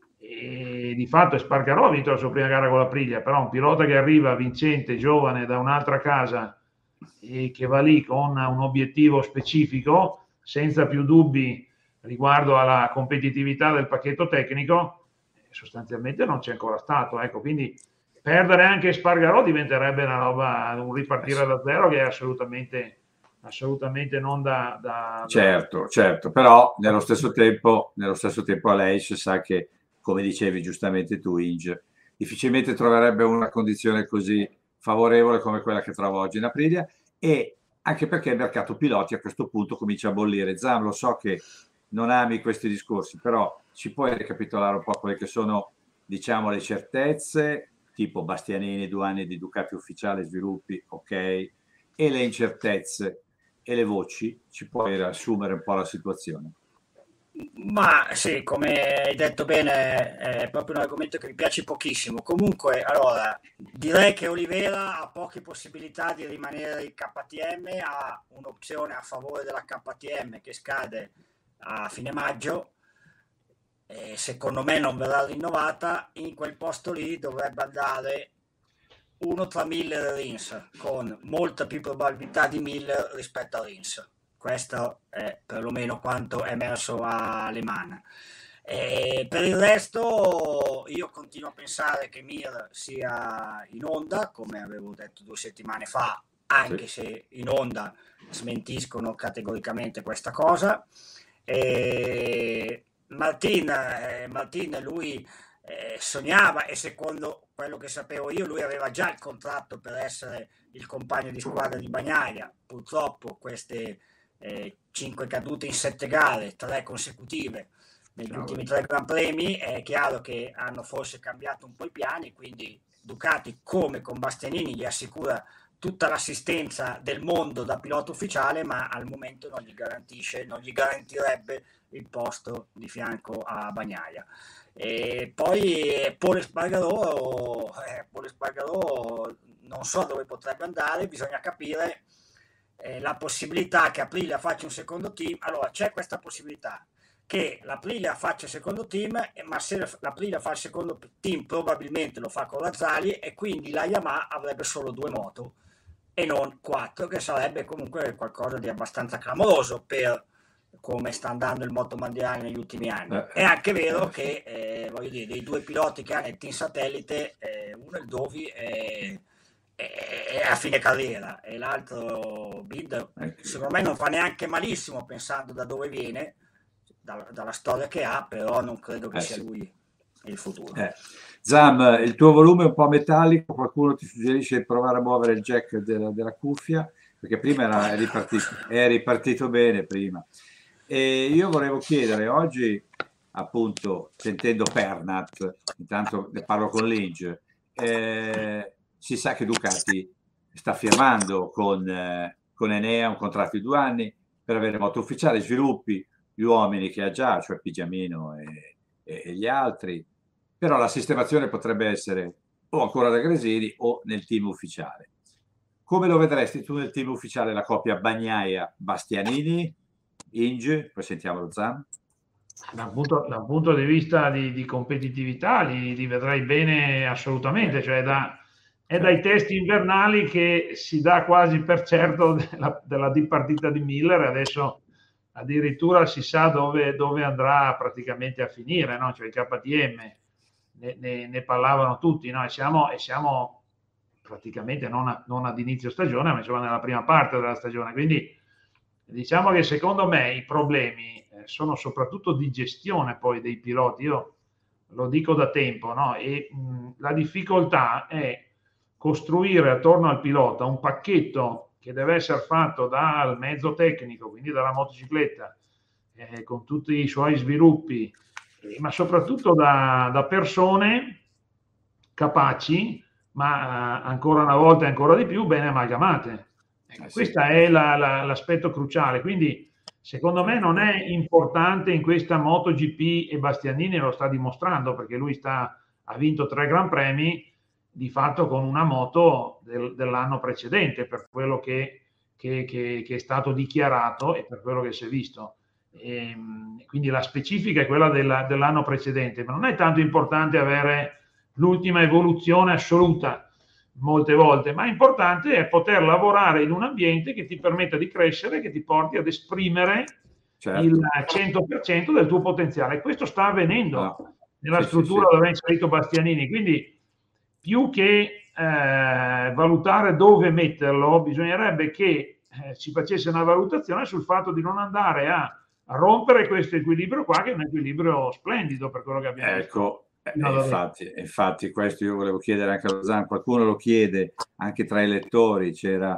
e di fatto Espargarò ha vinto la sua prima gara con la Aprilia, però un pilota che arriva vincente, giovane, da un'altra casa e che va lì con un obiettivo specifico, senza più dubbi riguardo alla competitività del pacchetto tecnico, sostanzialmente non c'è ancora stato. Ecco, quindi perdere anche Espargarò diventerebbe una roba, un ripartire da zero che è assolutamente, assolutamente non da, da, da... Certo, certo, però nello stesso tempo, nello stesso tempo Aleix sa che, come dicevi giustamente tu, Inge, difficilmente troverebbe una condizione così favorevole come quella che trova oggi in Aprilia, e anche perché il mercato piloti a questo punto comincia a bollire. Zam, lo so che non ami questi discorsi, però ci puoi ricapitolare un po' quelle che sono, diciamo, le certezze, tipo Bastianini, due anni di Ducati ufficiale, sviluppi, ok, e le incertezze e le voci, ci puoi riassumere un po' la situazione? Ma sì, come hai detto bene, è proprio un argomento che mi piace pochissimo. Comunque, allora, direi che Oliveira ha poche possibilità di rimanere in K T M, ha un'opzione a favore della K T M che scade a fine maggio, e secondo me non verrà rinnovata. In quel posto lì dovrebbe andare uno tra Miller e Rins, con molta più probabilità di Miller rispetto a Rins. Questo è perlomeno quanto è emerso a Le Mans. E per il resto io continuo a pensare che Mir sia in Honda, come avevo detto due settimane fa, anche Sì. se in Honda smentiscono categoricamente questa cosa. E Martin, eh, Martin lui eh, sognava, e secondo quello che sapevo io lui aveva già il contratto per essere il compagno di squadra di Bagnaia. Purtroppo queste eh, cinque cadute in sette gare, tre consecutive negli Ciao. ultimi tre Gran Premi, è chiaro che hanno forse cambiato un po' i piani, quindi Ducati, come con Bastianini, gli assicura tutta l'assistenza del mondo da pilota ufficiale, ma al momento non gli garantisce, non gli garantirebbe il posto di fianco a Bagnaia. E poi Paul Espargarò, eh, Paul Espargarò non so dove potrebbe andare, bisogna capire eh, la possibilità che Aprilia faccia un secondo team. Allora c'è questa possibilità che l'Aprilia faccia il secondo team, ma se l'Aprilia fa il secondo team probabilmente lo fa con Lazzali, e quindi la Yamaha avrebbe solo due moto e non quattro, che sarebbe comunque qualcosa di abbastanza clamoroso per come sta andando il motomondiale negli ultimi anni. Eh. È anche vero che eh, voglio dire, dei due piloti che hanno il team satellite, eh, uno è il Dovi e, è a fine carriera, e l'altro Binder secondo me non fa neanche malissimo pensando da dove viene, da, dalla storia che ha, però non credo che eh, sia sì. lui il futuro. Eh. Zam, il tuo volume è un po' metallico, qualcuno ti suggerisce di provare a muovere il jack della, della cuffia, perché prima era, è, ripartito, è ripartito bene prima. E io volevo chiedere oggi, appunto, sentendo Pernat, intanto ne parlo con Linge, eh, si sa che Ducati sta firmando con, eh, con Enea un contratto di due anni per avere moto ufficiale, sviluppi gli uomini che ha già, cioè Pigiamino e, e, e gli altri, però la sistemazione potrebbe essere o ancora da Gresini o nel team ufficiale. Come lo vedresti tu nel team ufficiale, la coppia Bagnaia-Bastianini, Inge, poi sentiamo lo Zam? Da un punto, da un punto di vista di, di competitività li, li vedrai bene assolutamente, cioè da, è dai test invernali che si dà quasi per certo della, della dipartita di Miller, adesso addirittura si sa dove, dove andrà praticamente a finire, no? Cioè i K T M ne, ne, ne parlavano tutti, no? E siamo, e siamo praticamente non, a, non ad inizio stagione, ma insomma nella prima parte della stagione, quindi diciamo che secondo me i problemi sono soprattutto di gestione poi dei piloti, io lo dico da tempo, no? E mh, la difficoltà è costruire attorno al pilota un pacchetto che deve essere fatto dal mezzo tecnico, quindi dalla motocicletta, eh, con tutti i suoi sviluppi, eh, ma soprattutto da, da persone capaci, ma eh, ancora una volta e ancora di più ben amalgamate. Ecco, questo è la, la, l'aspetto cruciale, quindi secondo me non è importante in questa MotoGP, e Bastianini lo sta dimostrando perché lui sta, ha vinto tre Gran Premi di fatto con una moto del, dell'anno precedente, per quello che, che, che, che è stato dichiarato e per quello che si è visto. E, quindi la specifica è quella della, dell'anno precedente, ma non è tanto importante avere l'ultima evoluzione assoluta molte volte, ma importante è poter lavorare in un ambiente che ti permetta di crescere, che ti porti ad esprimere certo. il cento per cento del tuo potenziale. Questo sta avvenendo no. nella sì, struttura sì, sì. dove è inserito Bastianini, quindi più che eh, valutare dove metterlo, bisognerebbe che eh, si facesse una valutazione sul fatto di non andare a, a rompere questo equilibrio qua, che è un equilibrio splendido per quello che abbiamo ecco. visto. Eh, infatti, infatti questo io volevo chiedere anche a Lozano, qualcuno lo chiede anche tra i lettori, c'era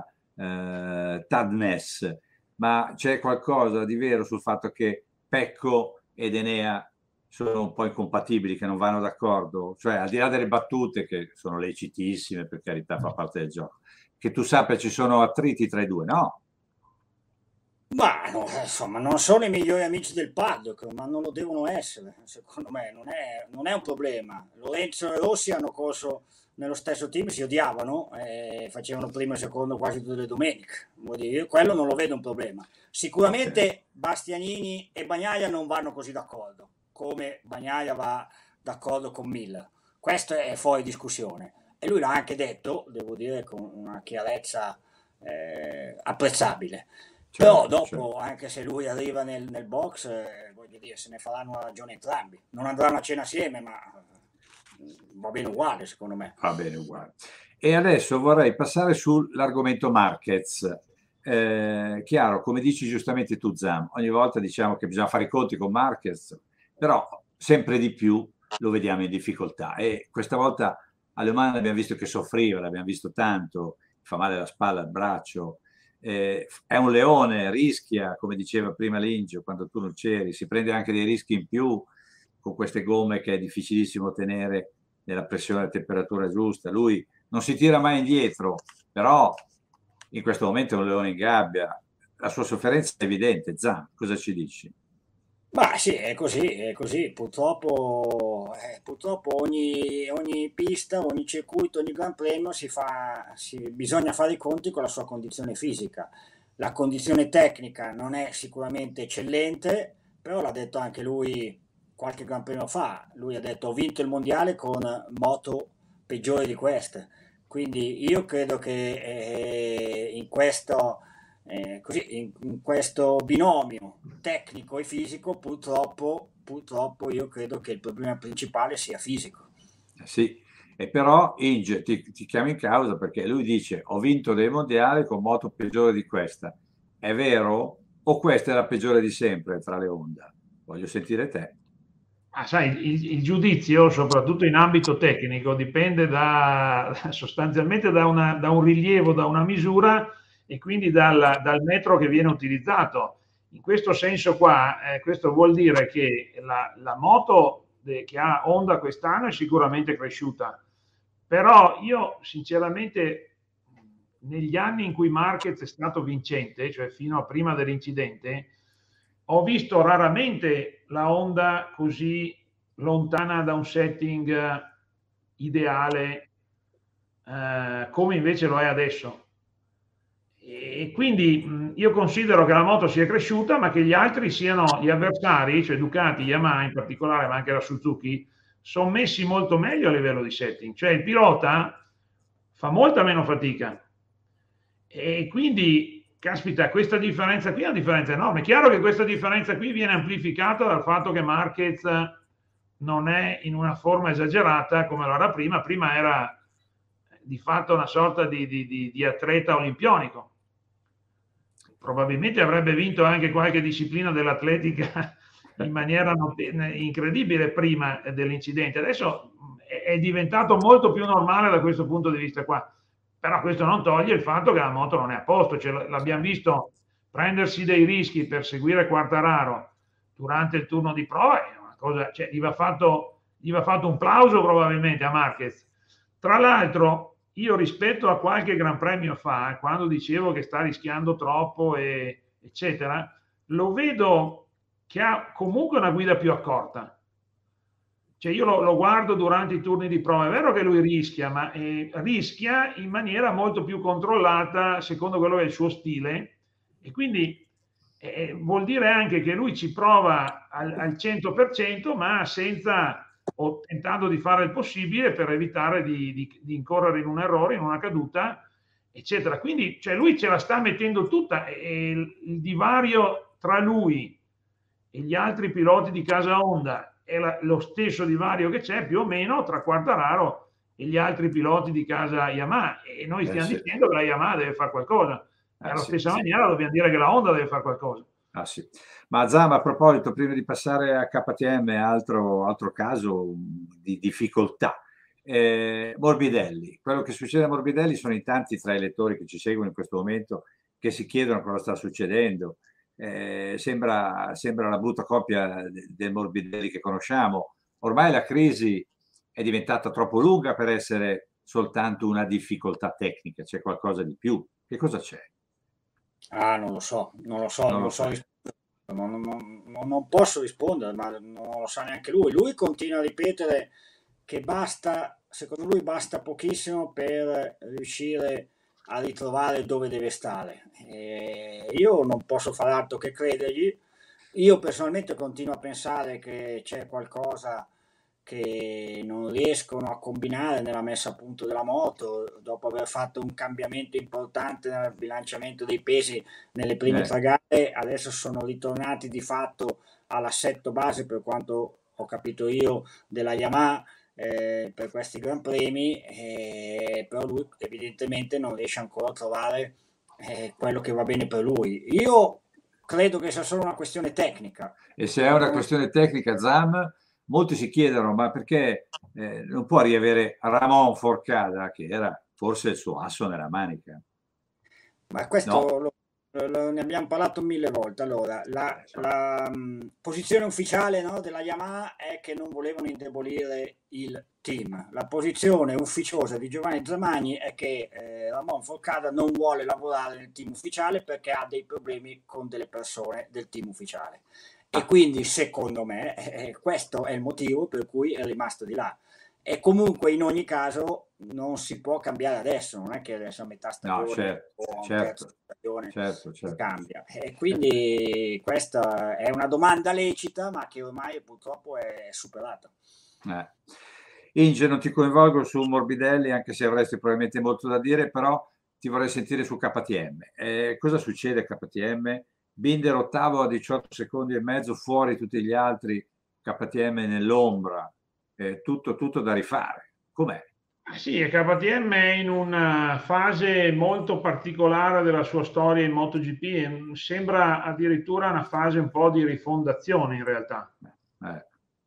eh, Tad Mess, ma c'è qualcosa di vero sul fatto che Pecco ed Enea sono un po' incompatibili, che non vanno d'accordo, cioè al di là delle battute che sono lecitissime, per carità, fa parte del gioco, che tu sappia ci sono attriti tra i due, no? Ma no, insomma, non sono i migliori amici del paddock, ma non lo devono essere, secondo me, non è, non è un problema. Lorenzo e Rossi hanno corso nello stesso team, si odiavano, e facevano primo e secondo quasi tutte le domeniche. Io quello non lo vedo un problema. Sicuramente okay. Bastianini e Bagnaia non vanno così d'accordo, come Bagnaia va d'accordo con Miller. Questo è fuori discussione. E lui l'ha anche detto, devo dire, con una chiarezza eh, apprezzabile. Però dopo, certo. anche se lui arriva nel, nel box, eh, voglio dire, se ne faranno una ragione entrambi. Non andranno a cena assieme, ma va bene uguale, secondo me. Va bene uguale. E adesso vorrei passare sull'argomento Marquez. Eh, chiaro, come dici giustamente tu, Zam, ogni volta diciamo che bisogna fare i conti con Marquez, però sempre di più lo vediamo in difficoltà. E questa volta a Le Mans abbiamo visto che soffriva, l'abbiamo visto tanto, fa male la spalla, il braccio. Eh, è un leone, rischia, come diceva prima Lingio, quando tu non c'eri, si prende anche dei rischi in più con queste gomme che è difficilissimo tenere nella pressione e temperatura giusta. Lui non si tira mai indietro, però in questo momento è un leone in gabbia, la sua sofferenza è evidente. Zan, cosa ci dici? Ma sì, è così, è così. Purtroppo, eh, purtroppo ogni, ogni pista, ogni circuito, ogni Gran Premio si fa, si, bisogna fare i conti con la sua condizione fisica. La condizione tecnica non è sicuramente eccellente, però l'ha detto anche lui qualche Gran Premio fa. Lui ha detto: ho vinto il mondiale con moto peggiori di queste. Quindi io credo che eh, in questo... Eh, così, in, in questo binomio tecnico e fisico purtroppo, purtroppo io credo che il problema principale sia fisico. Sì, E però Inge ti, ti chiama in causa perché lui dice ho vinto dei mondiali con moto peggiore di questa. È vero? O questa è la peggiore di sempre tra le Honda? Voglio sentire te. Ah, sai, il, il giudizio, soprattutto in ambito tecnico, dipende da, sostanzialmente da, una, da un rilievo, da una misura e quindi dal, dal metro che viene utilizzato. In questo senso qua, eh, questo vuol dire che la, la moto de, che ha Honda quest'anno è sicuramente cresciuta, però io sinceramente negli anni in cui Marquez è stato vincente, cioè fino a prima dell'incidente, ho visto raramente la Honda così lontana da un setting ideale eh, come invece lo è adesso. E quindi io considero che la moto sia cresciuta, ma che gli altri siano, gli avversari, cioè Ducati, Yamaha in particolare, ma anche la Suzuki, sono messi molto meglio a livello di setting. Cioè il pilota fa molta meno fatica. E quindi, caspita, questa differenza qui è una differenza enorme. È chiaro che questa differenza qui viene amplificata dal fatto che Marquez non è in una forma esagerata come lo era prima. Prima era di fatto una sorta di, di, di, di atleta olimpionico. Probabilmente avrebbe vinto anche qualche disciplina dell'atletica in maniera incredibile prima dell'incidente. Adesso è diventato molto più normale da questo punto di vista qua. Però questo non toglie il fatto che la moto non è a posto. Cioè, l'abbiamo visto prendersi dei rischi per seguire Quartararo durante il turno di prova, è una cosa, cioè, gli va fatto, gli va fatto un plauso probabilmente a Marquez. Tra l'altro, io rispetto a qualche Gran Premio fa, quando dicevo che sta rischiando troppo, e, eccetera, lo vedo che ha comunque una guida più accorta. Cioè io lo, lo guardo durante i turni di prova, è vero che lui rischia, ma eh, rischia in maniera molto più controllata secondo quello che è il suo stile, e quindi eh, vuol dire anche che lui ci prova al, al cento per cento, ma senza, o tentando di fare il possibile per evitare di, di, di incorrere in un errore, in una caduta, eccetera. Quindi cioè, lui ce la sta mettendo tutta, e il, il divario tra lui e gli altri piloti di casa Honda è la, lo stesso divario che c'è più o meno tra Quartararo e gli altri piloti di casa Yamaha, e noi stiamo eh sì. dicendo che la Yamaha deve fare qualcosa. Alla eh stessa sì, maniera sì. dobbiamo dire che la Honda deve fare qualcosa. Ah, sì. Ma Zama, a proposito, prima di passare a K T M, altro, altro caso di difficoltà. Eh, Morbidelli, quello che succede a Morbidelli sono in tanti tra i lettori che ci seguono in questo momento che si chiedono cosa sta succedendo. Eh, sembra, sembra la brutta coppia del Morbidelli che conosciamo. Ormai la crisi è diventata troppo lunga per essere soltanto una difficoltà tecnica, c'è qualcosa di più. Che cosa c'è? Ah, non lo so, non lo so, non, non lo so, non, non, non posso rispondere, ma non lo sa neanche lui. Lui continua a ripetere che basta, secondo lui basta pochissimo per riuscire a ritrovare dove deve stare. E io non posso fare altro che credergli. Io personalmente continuo a pensare che c'è qualcosa che non riescono a combinare nella messa a punto della moto, dopo aver fatto un cambiamento importante nel bilanciamento dei pesi nelle prime eh. tre gare. Adesso sono ritornati di fatto all'assetto base, per quanto ho capito io, della Yamaha eh, per questi Gran Premi, eh, però lui evidentemente non riesce ancora a trovare eh, quello che va bene per lui. Io credo che sia solo una questione tecnica. E se è una questione tecnica, Zam, molti si chiedono ma perché eh, non può riavere Ramon Forcada, che era forse il suo asso nella manica. Ma questo no. lo, lo, ne abbiamo parlato mille volte. Allora, la, la um, posizione ufficiale, no, della Yamaha è che non volevano indebolire il team. La posizione ufficiosa di Giovanni Zamagni è che eh, Ramon Forcada non vuole lavorare nel team ufficiale perché ha dei problemi con delle persone del team ufficiale. E quindi, secondo me, eh, questo è il motivo per cui è rimasto di là. E comunque, in ogni caso, non si può cambiare adesso. Non è che adesso a metà stagione no, certo, o a certo, terza stagione certo, certo. cambia. E quindi questa è una domanda lecita, ma che ormai purtroppo è superata. Eh. Inge, non ti coinvolgo su Morbidelli, anche se avresti probabilmente molto da dire, però ti vorrei sentire su K T M. Eh, cosa succede a K T M? Binder ottavo a diciotto secondi e mezzo, fuori tutti gli altri, K T M nell'ombra, eh, tutto, tutto da rifare. Com'è? Sì, K T M è in una fase molto particolare della sua storia in MotoGP e sembra addirittura una fase un po' di rifondazione in realtà. Eh.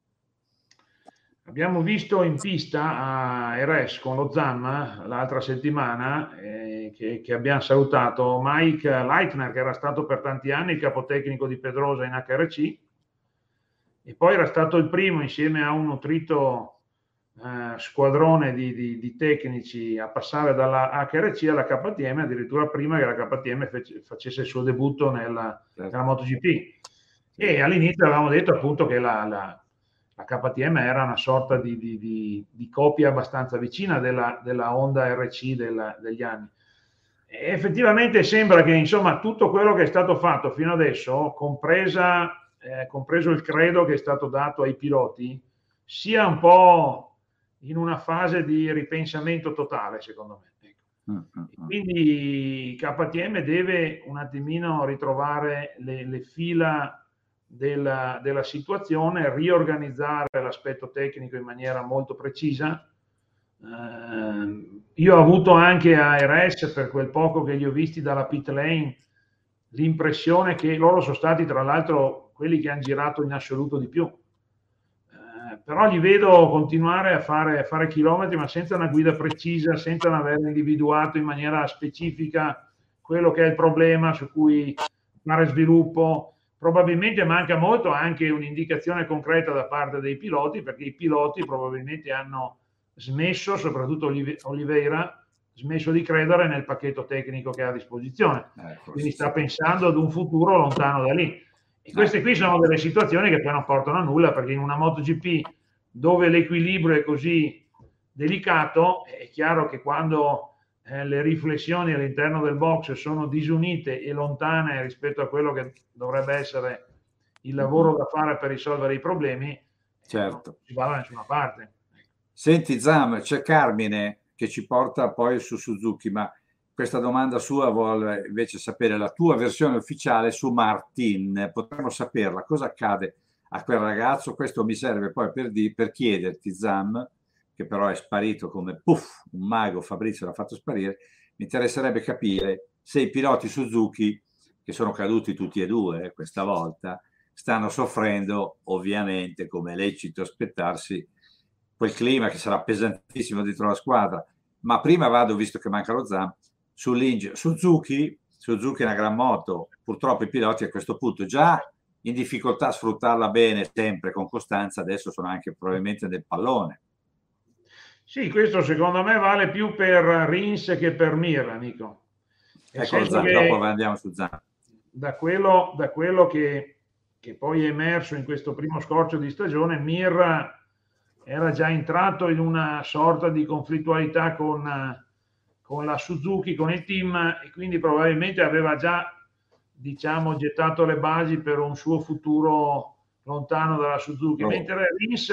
Abbiamo visto in pista a Jerez con lo Zam l'altra settimana, eh, che, che abbiamo salutato, Mike Leitner, che era stato per tanti anni il capotecnico di Pedrosa in H R C, e poi era stato il primo insieme a un nutrito eh, squadrone di, di, di tecnici a passare dalla H R C alla K T M, addirittura prima che la K T M fece, facesse il suo debutto nella, nella MotoGP. E all'inizio avevamo detto appunto che la, la La K T M era una sorta di, di, di, di copia abbastanza vicina della, della Honda R C della, degli anni. E effettivamente sembra che insomma tutto quello che è stato fatto fino adesso, compresa, eh, compreso il credo che è stato dato ai piloti, sia un po' in una fase di ripensamento totale, secondo me. Ecco. Quindi K T M deve un attimino ritrovare le, le fila Della, della situazione, riorganizzare l'aspetto tecnico in maniera molto precisa. Eh, io ho avuto anche a Jerez, per quel poco che li ho visti dalla pit lane, l'impressione che loro sono stati tra l'altro quelli che hanno girato in assoluto di più. Eh, però li vedo continuare a fare, a fare chilometri, ma senza una guida precisa, senza aver individuato in maniera specifica quello che è il problema su cui fare sviluppo. Probabilmente manca molto anche un'indicazione concreta da parte dei piloti, perché i piloti probabilmente hanno smesso, soprattutto Oliveira, smesso di credere nel pacchetto tecnico che ha a disposizione. Ecco, quindi sta pensando ad un futuro lontano da lì. E queste qui sono delle situazioni che poi non portano a nulla, perché in una MotoGP dove l'equilibrio è così delicato, è chiaro che quando Eh, le riflessioni all'interno del box sono disunite e lontane rispetto a quello che dovrebbe essere il lavoro da fare per risolvere i problemi, certo, non si va da nessuna parte. Senti Zam, c'è Carmine che ci porta poi su Suzuki, ma questa domanda sua vuole invece sapere la tua versione ufficiale su Martin. Potremmo saperla, cosa accade a quel ragazzo? Questo mi serve poi per, di, per chiederti, Zam, che però è sparito come puff, un mago, Fabrizio l'ha fatto sparire. Mi interesserebbe capire se i piloti Suzuki, che sono caduti tutti e due eh, questa volta, stanno soffrendo, ovviamente, come è lecito aspettarsi, quel clima che sarà pesantissimo dietro la squadra. Ma prima vado, visto che manca lo Zam, sull'Inge. Suzuki, Suzuki è una gran moto, purtroppo i piloti a questo punto già in difficoltà a sfruttarla bene, sempre con costanza, adesso sono anche probabilmente nel pallone. Sì, questo secondo me vale più per Rins che per Mir, amico. Ecco, Zam, dopo andiamo su Zam. Da quello, da quello che, che poi è emerso in questo primo scorcio di stagione, Mir era già entrato in una sorta di conflittualità con, con la Suzuki, con il team, e quindi probabilmente aveva già, diciamo, gettato le basi per un suo futuro lontano dalla Suzuki, oh. Mentre Rins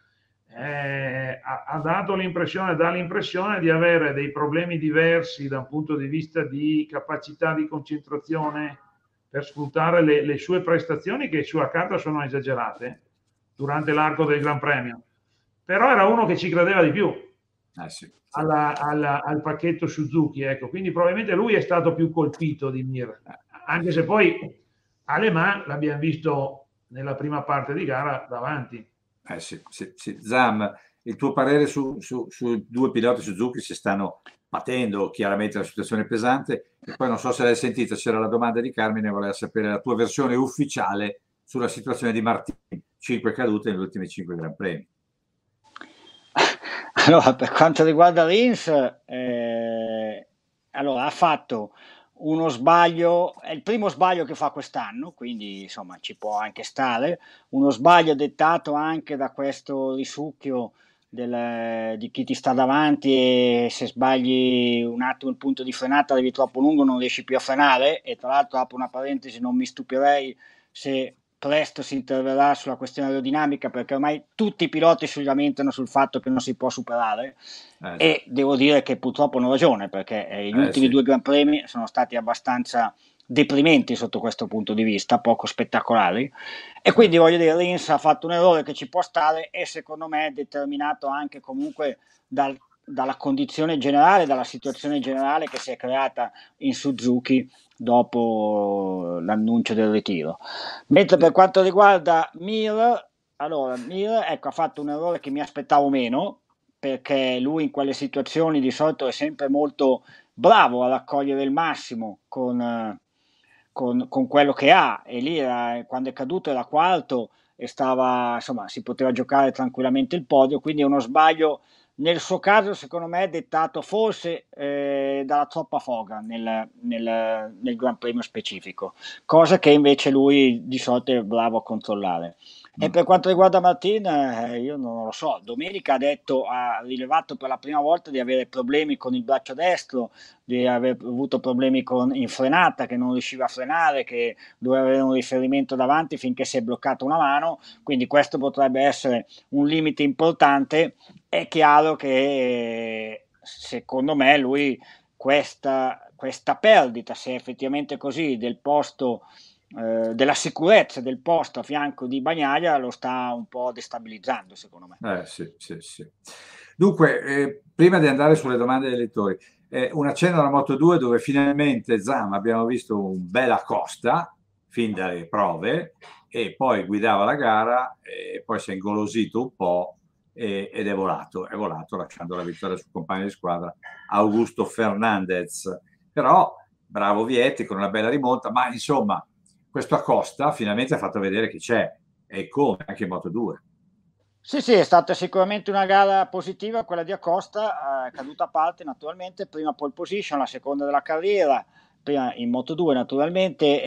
Eh, ha, ha dato l'impressione, dà l'impressione di avere dei problemi diversi da un punto di vista di capacità di concentrazione per sfruttare le, le sue prestazioni, che sulla carta sono esagerate durante l'arco del Gran Premio, però era uno che ci credeva di più eh sì, sì. Alla, alla, al pacchetto Suzuki, ecco. Quindi probabilmente lui è stato più colpito di Mir, anche se poi a Le Mans l'abbiamo visto nella prima parte di gara davanti. Eh sì, sì, sì. Zam, il tuo parere su, su, su due piloti Suzuki? Si stanno patendo chiaramente la situazione pesante, e poi non so se l'hai sentita, c'era la domanda di Carmine, voleva sapere la tua versione ufficiale sulla situazione di Martin, cinque cadute negli ultimi cinque Gran Premi. Allora, per quanto riguarda Rins, eh, allora ha fatto uno sbaglio, è il primo sbaglio che fa quest'anno, quindi insomma ci può anche stare, uno sbaglio dettato anche da questo risucchio del, di chi ti sta davanti, e se sbagli un attimo il punto di frenata, arrivi troppo lungo, non riesci più a frenare. E tra l'altro, apro una parentesi, non mi stupirei se presto si interverrà sulla questione aerodinamica, perché ormai tutti i piloti si lamentano sul fatto che non si può superare, eh, e devo dire che purtroppo hanno ragione, perché eh, gli eh, ultimi sì. due Gran Premi sono stati abbastanza deprimenti sotto questo punto di vista, poco spettacolari, e quindi voglio dire, Rins ha fatto un errore che ci può stare, e secondo me è determinato anche comunque dal dalla condizione generale, dalla situazione generale che si è creata in Suzuki dopo l'annuncio del ritiro. Mentre per quanto riguarda Mir, allora Mir ecco, ha fatto un errore che mi aspettavo meno, perché lui in quelle situazioni di solito è sempre molto bravo a raccogliere il massimo con, con, con quello che ha, e lì era, quando è caduto era quarto e stava, insomma, si poteva giocare tranquillamente il podio, quindi è uno sbaglio nel suo caso secondo me è dettato forse eh, dalla troppa foga nel, nel, nel Gran Premio specifico, cosa che invece lui di solito è bravo a controllare. E per quanto riguarda Martin, eh, io non lo so, domenica ha detto, ha rilevato per la prima volta di avere problemi con il braccio destro, di aver avuto problemi con, in frenata, che non riusciva a frenare, che doveva avere un riferimento davanti finché si è bloccata una mano, quindi questo potrebbe essere un limite importante. È chiaro che secondo me lui questa, questa perdita, se è effettivamente così, del posto, eh, della sicurezza del posto a fianco di Bagnaia lo sta un po' destabilizzando, secondo me. Eh, sì, sì, sì. Dunque, eh, prima di andare sulle domande dei lettori, eh, una cena alla Moto due dove finalmente Zam abbiamo visto un bel Acosta fin dalle prove, e poi guidava la gara e poi si è ingolosito un po' ed è volato, è volato lasciando la vittoria sul compagno di squadra Augusto Fernandez. Però bravo Vietti con una bella rimonta, ma insomma questo Acosta finalmente ha fatto vedere che c'è, e come, anche in Moto due. Sì, sì, è stata sicuramente una gara positiva quella di Acosta, eh, caduta a parte naturalmente, prima pole position, la seconda della carriera, prima in Moto due naturalmente,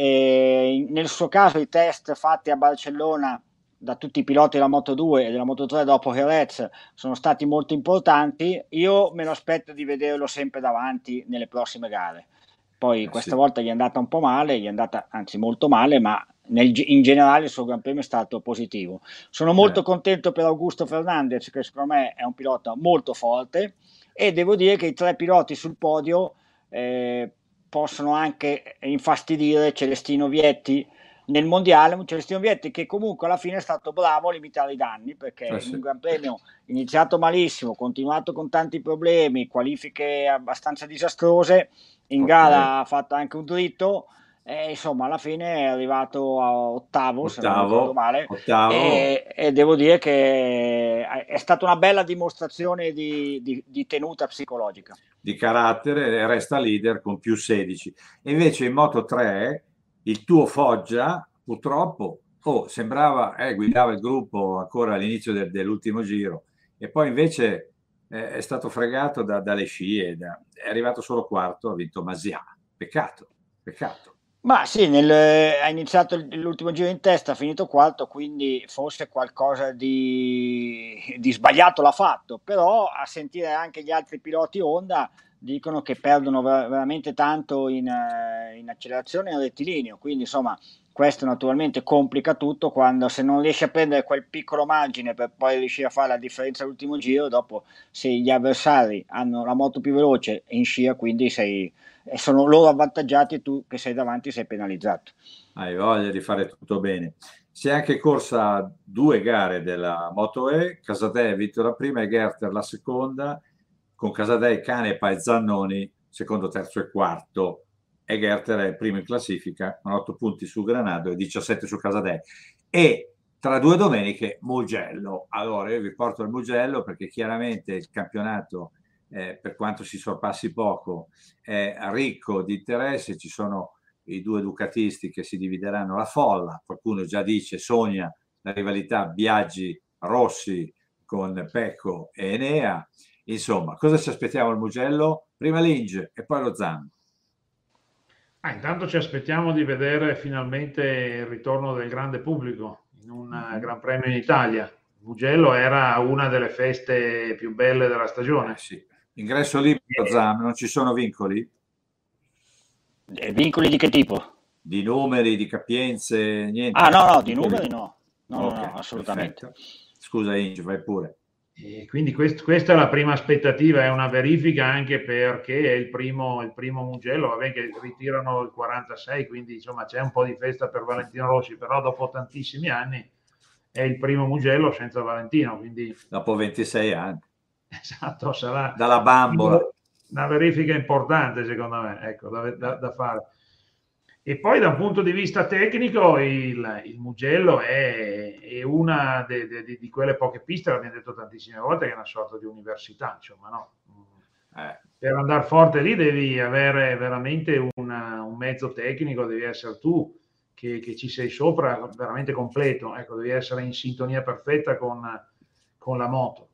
e nel suo caso i test fatti a Barcellona da tutti i piloti della Moto due e della Moto tre dopo Jerez sono stati molto importanti. Io me lo aspetto di vederlo sempre davanti nelle prossime gare. Poi eh questa sì. volta gli è andata un po' male, gli è andata anzi molto male, ma nel, in generale il suo Gran Premio è stato positivo. Sono molto Eh. contento per Augusto Fernandez, che secondo me è un pilota molto forte, e devo dire che i tre piloti sul podio eh, possono anche infastidire Celestino Vietti nel mondiale, un Celestino Vietti che comunque alla fine è stato bravo a limitare i danni, perché Eh in sì. un Gran Premio iniziato malissimo, continuato con tanti problemi, qualifiche abbastanza disastrose, in Okay. gara ha fatto anche un dritto e insomma alla fine è arrivato a ottavo, se non ricordo Ottavo, male, ottavo. e, e devo dire che è stata una bella dimostrazione di, di, di tenuta psicologica. Di carattere, resta leader con più sedici. E invece in Moto tre il tuo Foggia purtroppo oh, sembrava, eh, guidava il gruppo ancora all'inizio del, dell'ultimo giro, e poi invece eh, è stato fregato da, dalle scie, da, è arrivato solo quarto, ha vinto Masia. Peccato, peccato. Ma sì, nel, ha iniziato l'ultimo giro in testa, ha finito quarto, quindi forse qualcosa di, di sbagliato l'ha fatto, però a sentire anche gli altri piloti Honda dicono che perdono ver- veramente tanto in, in accelerazione e in rettilineo, quindi insomma questo naturalmente complica tutto, quando se non riesci a prendere quel piccolo margine per poi riuscire a fare la differenza all'ultimo giro, dopo se gli avversari hanno la moto più veloce in scia, quindi sei... e sono loro avvantaggiati e tu che sei davanti sei penalizzato. Hai voglia di fare tutto bene. Si è anche corsa due gare della Moto E, Casadei ha vinto la prima e Gerter la seconda, con Casadei, Canepa e Zannoni secondo, terzo e quarto, e Gerter è primo in classifica con otto punti su Granado e diciassette su Casadei. E tra due domeniche Mugello. Allora io vi porto il Mugello perché chiaramente il campionato, Eh, per quanto si sorpassi poco, è ricco di interesse. Ci sono i due ducatisti che si divideranno la folla, qualcuno già dice, sogna la rivalità Biaggi-Rossi con Pecco e Enea. Insomma, cosa ci aspettiamo al Mugello? Prima Linge e poi lo Zan. Ah, intanto ci aspettiamo di vedere finalmente il ritorno del grande pubblico in un uh, Gran Premio in Italia. Mugello era una delle feste più belle della stagione. Eh sì. Ingresso libero, Zam, non ci sono vincoli? Eh, vincoli di che tipo? Di numeri, di capienze, niente? Ah no, no, di numeri no, no, okay, no, no, assolutamente. Perfetto. Scusa Inge, vai pure. E quindi quest, questa è la prima aspettativa, è una verifica anche perché è il primo, il primo Mugello, vabbè che ritirano il quarantasei, quindi insomma c'è un po' di festa per Valentino Rossi, però dopo tantissimi anni è il primo Mugello senza Valentino, quindi... Dopo ventisei anni. esatto, sarà dalla bambola. Una verifica importante, secondo me, ecco, da, da, da fare. E poi da un punto di vista tecnico il, il Mugello è, è una de, de, de, di quelle poche piste, l'abbiamo detto tantissime volte, che è una sorta di università, insomma, no? Eh. Per andare forte lì devi avere veramente una, un mezzo tecnico, devi essere tu che, che ci sei sopra, veramente completo, ecco, devi essere in sintonia perfetta con, con la moto.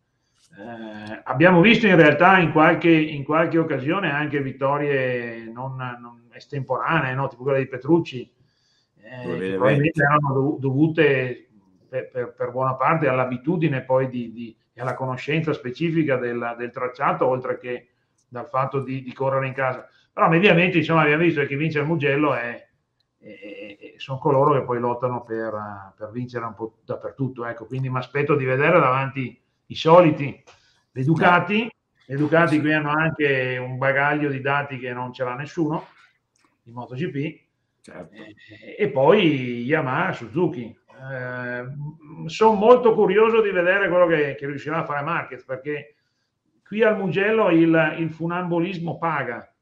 Eh, abbiamo visto in realtà in qualche, in qualche occasione anche vittorie non, non estemporanee, no? Tipo quella di Petrucci, eh, che probabilmente erano dovute per, per, per buona parte all'abitudine poi di, di, e alla conoscenza specifica del, del tracciato, oltre che dal fatto di, di correre in casa. Però mediamente, insomma, abbiamo visto che chi vince il Mugello è, è, è, sono coloro che poi lottano per, per vincere un po' dappertutto, ecco. Quindi mi aspetto di vedere davanti i soliti, le Ducati, le Ducati qui hanno anche un bagaglio di dati che non ce l'ha nessuno in MotoGP, certo. e, e poi Yamaha, Suzuki. Eh, sono molto curioso di vedere quello che, che riuscirà a fare Marquez, perché qui al Mugello il, il funambolismo paga,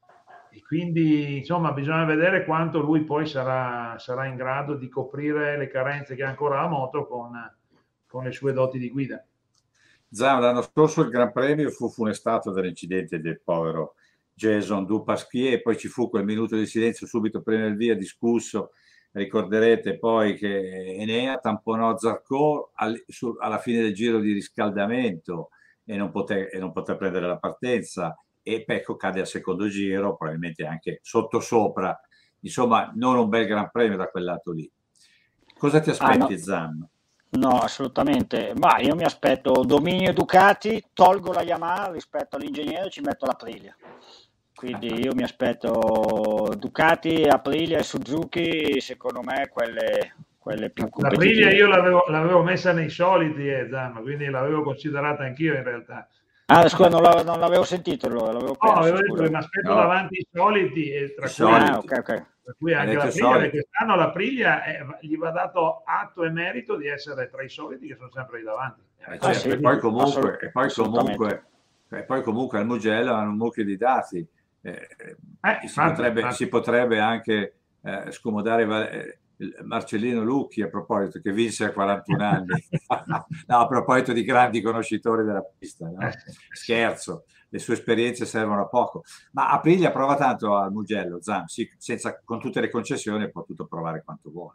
e quindi insomma bisogna vedere quanto lui poi sarà, sarà in grado di coprire le carenze che ha ancora la moto con, con le sue doti di guida. Zam, l'anno scorso il Gran Premio fu funestato dall'incidente del povero Jason Dupasquier, e poi ci fu quel minuto di silenzio subito prima del via discusso. Ricorderete poi che Enea tamponò Zarco al, su, alla fine del giro di riscaldamento e non poté, e non poté prendere la partenza, e Pecco cade al secondo giro, probabilmente anche sottosopra. Insomma, non un bel Gran Premio da quel lato lì. Cosa ti aspetti, ah, no. Zam? No, assolutamente. Ma io mi aspetto dominio Ducati, tolgo la Yamaha rispetto all'ingegnere e ci metto l'Aprilia. Quindi io mi aspetto Ducati, Aprilia e Suzuki, secondo me quelle, quelle più competitive. L'Aprilia io l'avevo, l'avevo messa nei soliti, eh, Zam, quindi l'avevo considerata anch'io in realtà. Ah, scusa, non, l'avevo, non l'avevo sentito allora, l'avevo perso, no, avevo detto che mi aspetto no. davanti i soliti, e tra cui, ah, okay, okay. tra cui anche l'Aprilia, perché quest'anno l'Aprilia è, gli va dato atto e merito di essere tra i soliti che sono sempre lì davanti. Eh, certo, ah, sì, e poi comunque, e poi comunque, e poi comunque al Mugello hanno un mucchio di dati. Eh, eh, si, infatti, potrebbe, infatti. si potrebbe anche eh, scomodare eh, Marcellino Lucchi, a proposito, che vinse a quarantuno anni. No, a proposito di grandi conoscitori della pista, no? Scherzo, le sue esperienze servono a poco. Ma Aprilia prova tanto al Mugello, Zam, sì, senza, con tutte le concessioni ha potuto provare quanto vuole.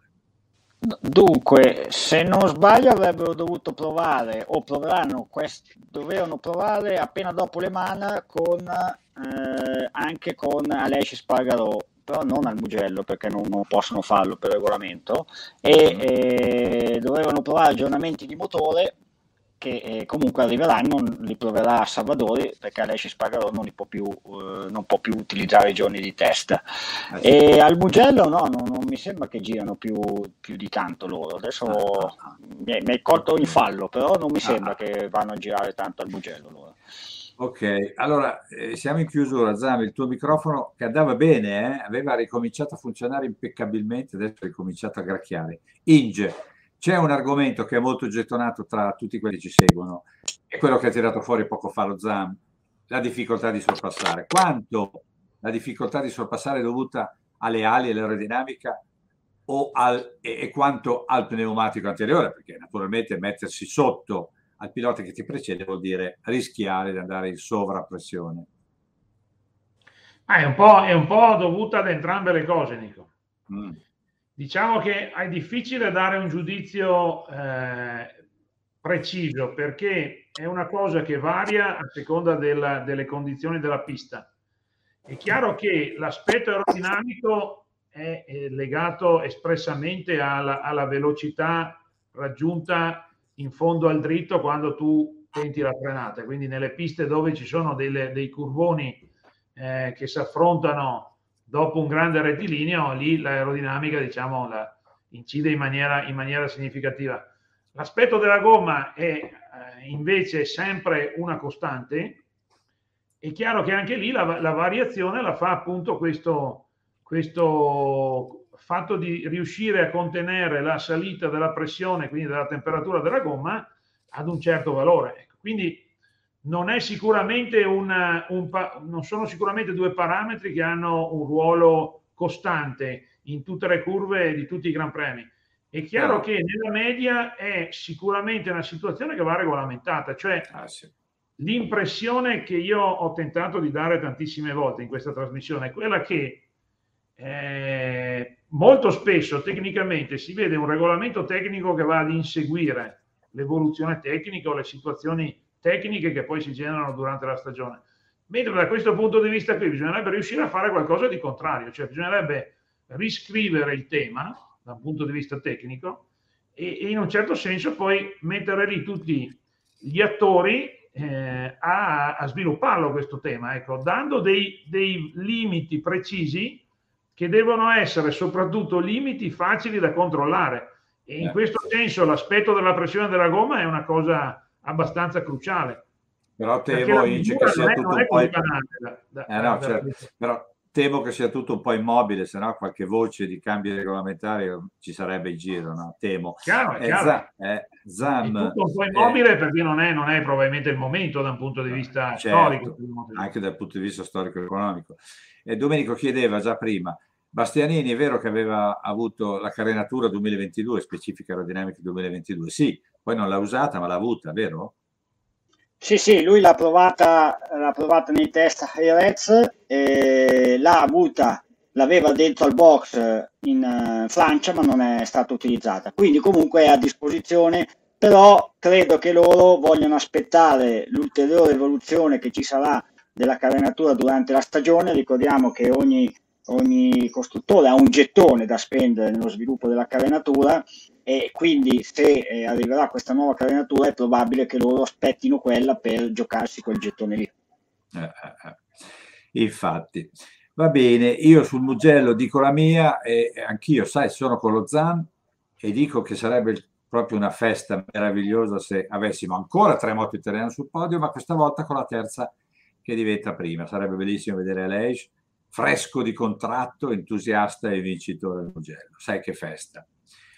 Dunque, se non sbaglio avrebbero dovuto provare, o proveranno, quest- dovevano provare appena dopo Le Mans con, eh, anche con Aleix Espargaró, però non al Mugello perché non, non possono farlo per regolamento, e eh, dovevano provare aggiornamenti di motore che eh, comunque arriveranno, li proverà a Salvadori perché Aleix Espargaró non li può più, eh, non può più utilizzare i giorni di test. E al Mugello no, non, non mi sembra che girano più, più di tanto loro. Adesso mi hai colto in fallo, però non mi sembra che vanno a girare tanto al Mugello loro. Ok, allora eh, siamo in chiusura. Zam, il tuo microfono che andava bene, eh? Aveva ricominciato a funzionare impeccabilmente, adesso è ricominciato a gracchiare. Inge, c'è un argomento che è molto gettonato tra tutti quelli che ci seguono, è quello che ha tirato fuori poco fa lo Zam, la difficoltà di sorpassare. Quanto la difficoltà di sorpassare è dovuta alle ali e all'aerodinamica o al, e, e quanto al pneumatico anteriore, perché naturalmente mettersi sotto al pilota che ti precede vuol dire rischiare di andare in sovrappressione. Ah, è un po', è un po' dovuta ad entrambe le cose, Nico. Mm. Diciamo che è difficile dare un giudizio eh, preciso, perché è una cosa che varia a seconda della, delle condizioni della pista. È chiaro che l'aspetto aerodinamico è, è legato espressamente alla, alla velocità raggiunta in fondo al dritto quando tu tenti la frenata, quindi nelle piste dove ci sono delle, dei curvoni eh, che si affrontano dopo un grande rettilineo, lì l'aerodinamica, diciamo, la, incide in maniera, in maniera significativa. L'aspetto della gomma è eh, invece sempre una costante. È chiaro che anche lì la, la variazione la fa appunto questo, questo fatto di riuscire a contenere la salita della pressione, quindi della temperatura della gomma, ad un certo valore. Quindi non è sicuramente una, un, non sono sicuramente due parametri che hanno un ruolo costante in tutte le curve di tutti i Gran Premi. È chiaro che nella media è sicuramente una situazione che va regolamentata, cioè ah, sì. l'impressione che io ho tentato di dare tantissime volte in questa trasmissione è quella che eh, molto spesso tecnicamente si vede un regolamento tecnico che va ad inseguire l'evoluzione tecnica o le situazioni tecniche che poi si generano durante la stagione, mentre da questo punto di vista qui bisognerebbe riuscire a fare qualcosa di contrario, cioè bisognerebbe riscrivere il tema da un punto di vista tecnico e, e in un certo senso poi mettere lì tutti gli attori eh, a, a svilupparlo questo tema, ecco, dando dei, dei limiti precisi che devono essere soprattutto limiti facili da controllare, e in questo senso l'aspetto della pressione della gomma è una cosa abbastanza cruciale. Però temo che sia tutto un po' da, da, eh no, da, certo. Però temo che sia tutto un po' immobile, se no qualche voce di cambi regolamentari ci sarebbe in giro, no? Temo. Chiaro, eh, chiaro. Zam, eh, Zam, è tutto un po' immobile eh, perché non è, non è probabilmente il momento da un punto di vista certo, storico. Anche dal punto di vista storico-economico. E Domenico chiedeva già prima, Bastianini è vero che aveva avuto la carenatura duemilaventidue, specifica aerodinamica duemilaventidue, sì, poi non l'ha usata ma l'ha avuta, vero? Sì, sì, lui l'ha provata, l'ha provata nei test Jerez, e l'ha avuta, l'aveva dentro al box in Francia, ma non è stata utilizzata. Quindi comunque è a disposizione, però credo che loro vogliono aspettare l'ulteriore evoluzione che ci sarà della carenatura durante la stagione. Ricordiamo che ogni, ogni costruttore ha un gettone da spendere nello sviluppo della carenatura, e quindi se eh, arriverà questa nuova carenatura è probabile che loro aspettino quella per giocarsi quel gettone lì. Eh, eh, eh. Infatti, va bene, io sul Mugello dico la mia, e anch'io, sai, sono con lo Zam e dico che sarebbe proprio una festa meravigliosa se avessimo ancora tre moto italiane sul podio, ma questa volta con la terza che diventa prima. Sarebbe bellissimo vedere Aleix fresco di contratto, entusiasta e vincitore del Mugello. Sai che festa.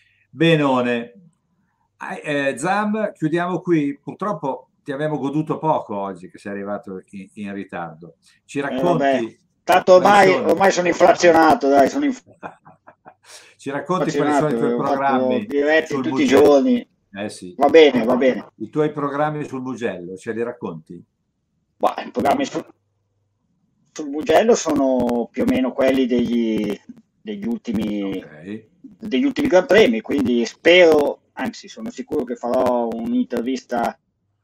Benone, eh, Zam, chiudiamo qui. Purtroppo ti abbiamo goduto poco oggi che sei arrivato in, in ritardo. Ci racconti? Eh, tanto ormai, ormai sono inflazionato, dai, sono inf... Ci racconti quali sono i tuoi programmi diretti tutti Mugello? I giorni. Eh sì. Va bene, va bene. I tuoi programmi sul Mugello, ce li racconti? Bah, i programmi sul, sul Mugello sono più o meno quelli degli, degli ultimi okay. degli ultimi Gran Premi, quindi spero, anzi sono sicuro che farò un'intervista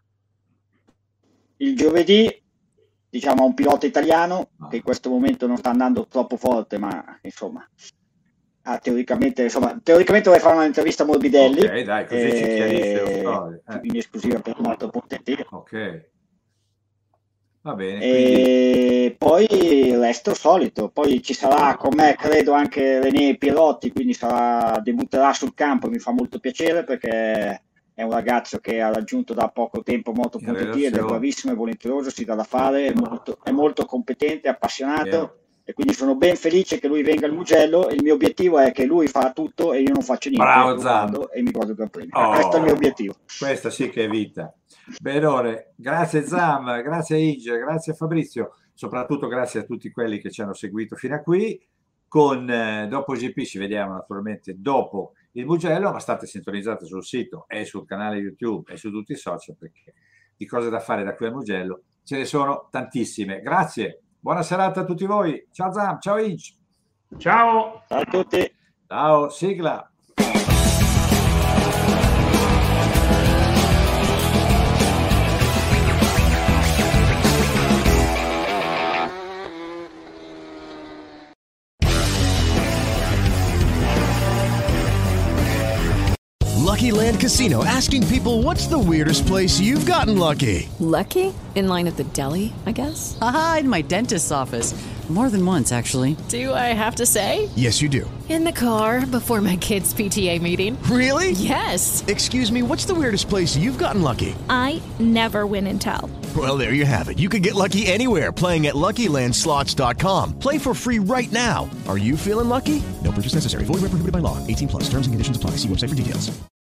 il giovedì, diciamo a un pilota italiano ah. che in questo momento non sta andando troppo forte, ma insomma, ah, teoricamente, insomma teoricamente vorrei fare un'intervista a Morbidelli, ok, dai, così ci chiarisce eh, in esclusiva per un altro potente. Ok. Va bene, e poi il resto solito, poi ci sarà con me credo anche René Pierotti, quindi sarà, debutterà sul campo, mi fa molto piacere perché è un ragazzo che ha raggiunto da poco tempo molto punti ed è bravissimo e volenteroso, si dà da fare, è molto, è molto competente, appassionato. Yeah. E quindi sono ben felice che lui venga al Mugello. Il mio obiettivo è che lui fa tutto e io non faccio niente. Bravo Zam. E mi godo il Gran Premio. Oh, questo è il mio obiettivo. Questa sì che è vita. Benone, grazie Zam, grazie Inge, grazie Fabrizio, soprattutto grazie a tutti quelli che ci hanno seguito fino a qui. Con eh, Dopo G P ci vediamo naturalmente dopo il Mugello, ma state sintonizzate sul sito e sul canale YouTube e su tutti i social, perché di cose da fare da qui al Mugello ce ne sono tantissime. Grazie. Buona serata a tutti voi. Ciao Zam, ciao Inge. Ciao. Ciao a tutti. Ciao, sigla. Lucky Land Casino, asking people, what's the weirdest place you've gotten lucky? Lucky? In line at the deli, I guess? Aha, in my dentist's office. More than once, actually. Do I have to say? Yes, you do. In the car before my kids' P T A meeting. Really? Yes. Excuse me, what's the weirdest place you've gotten lucky? I never win and tell. Well, there you have it. You can get lucky anywhere, playing at Lucky Land Slots dot com. Play for free right now. Are you feeling lucky? No purchase necessary. Void where prohibited by law. eighteen plus. Terms and conditions apply. See website for details.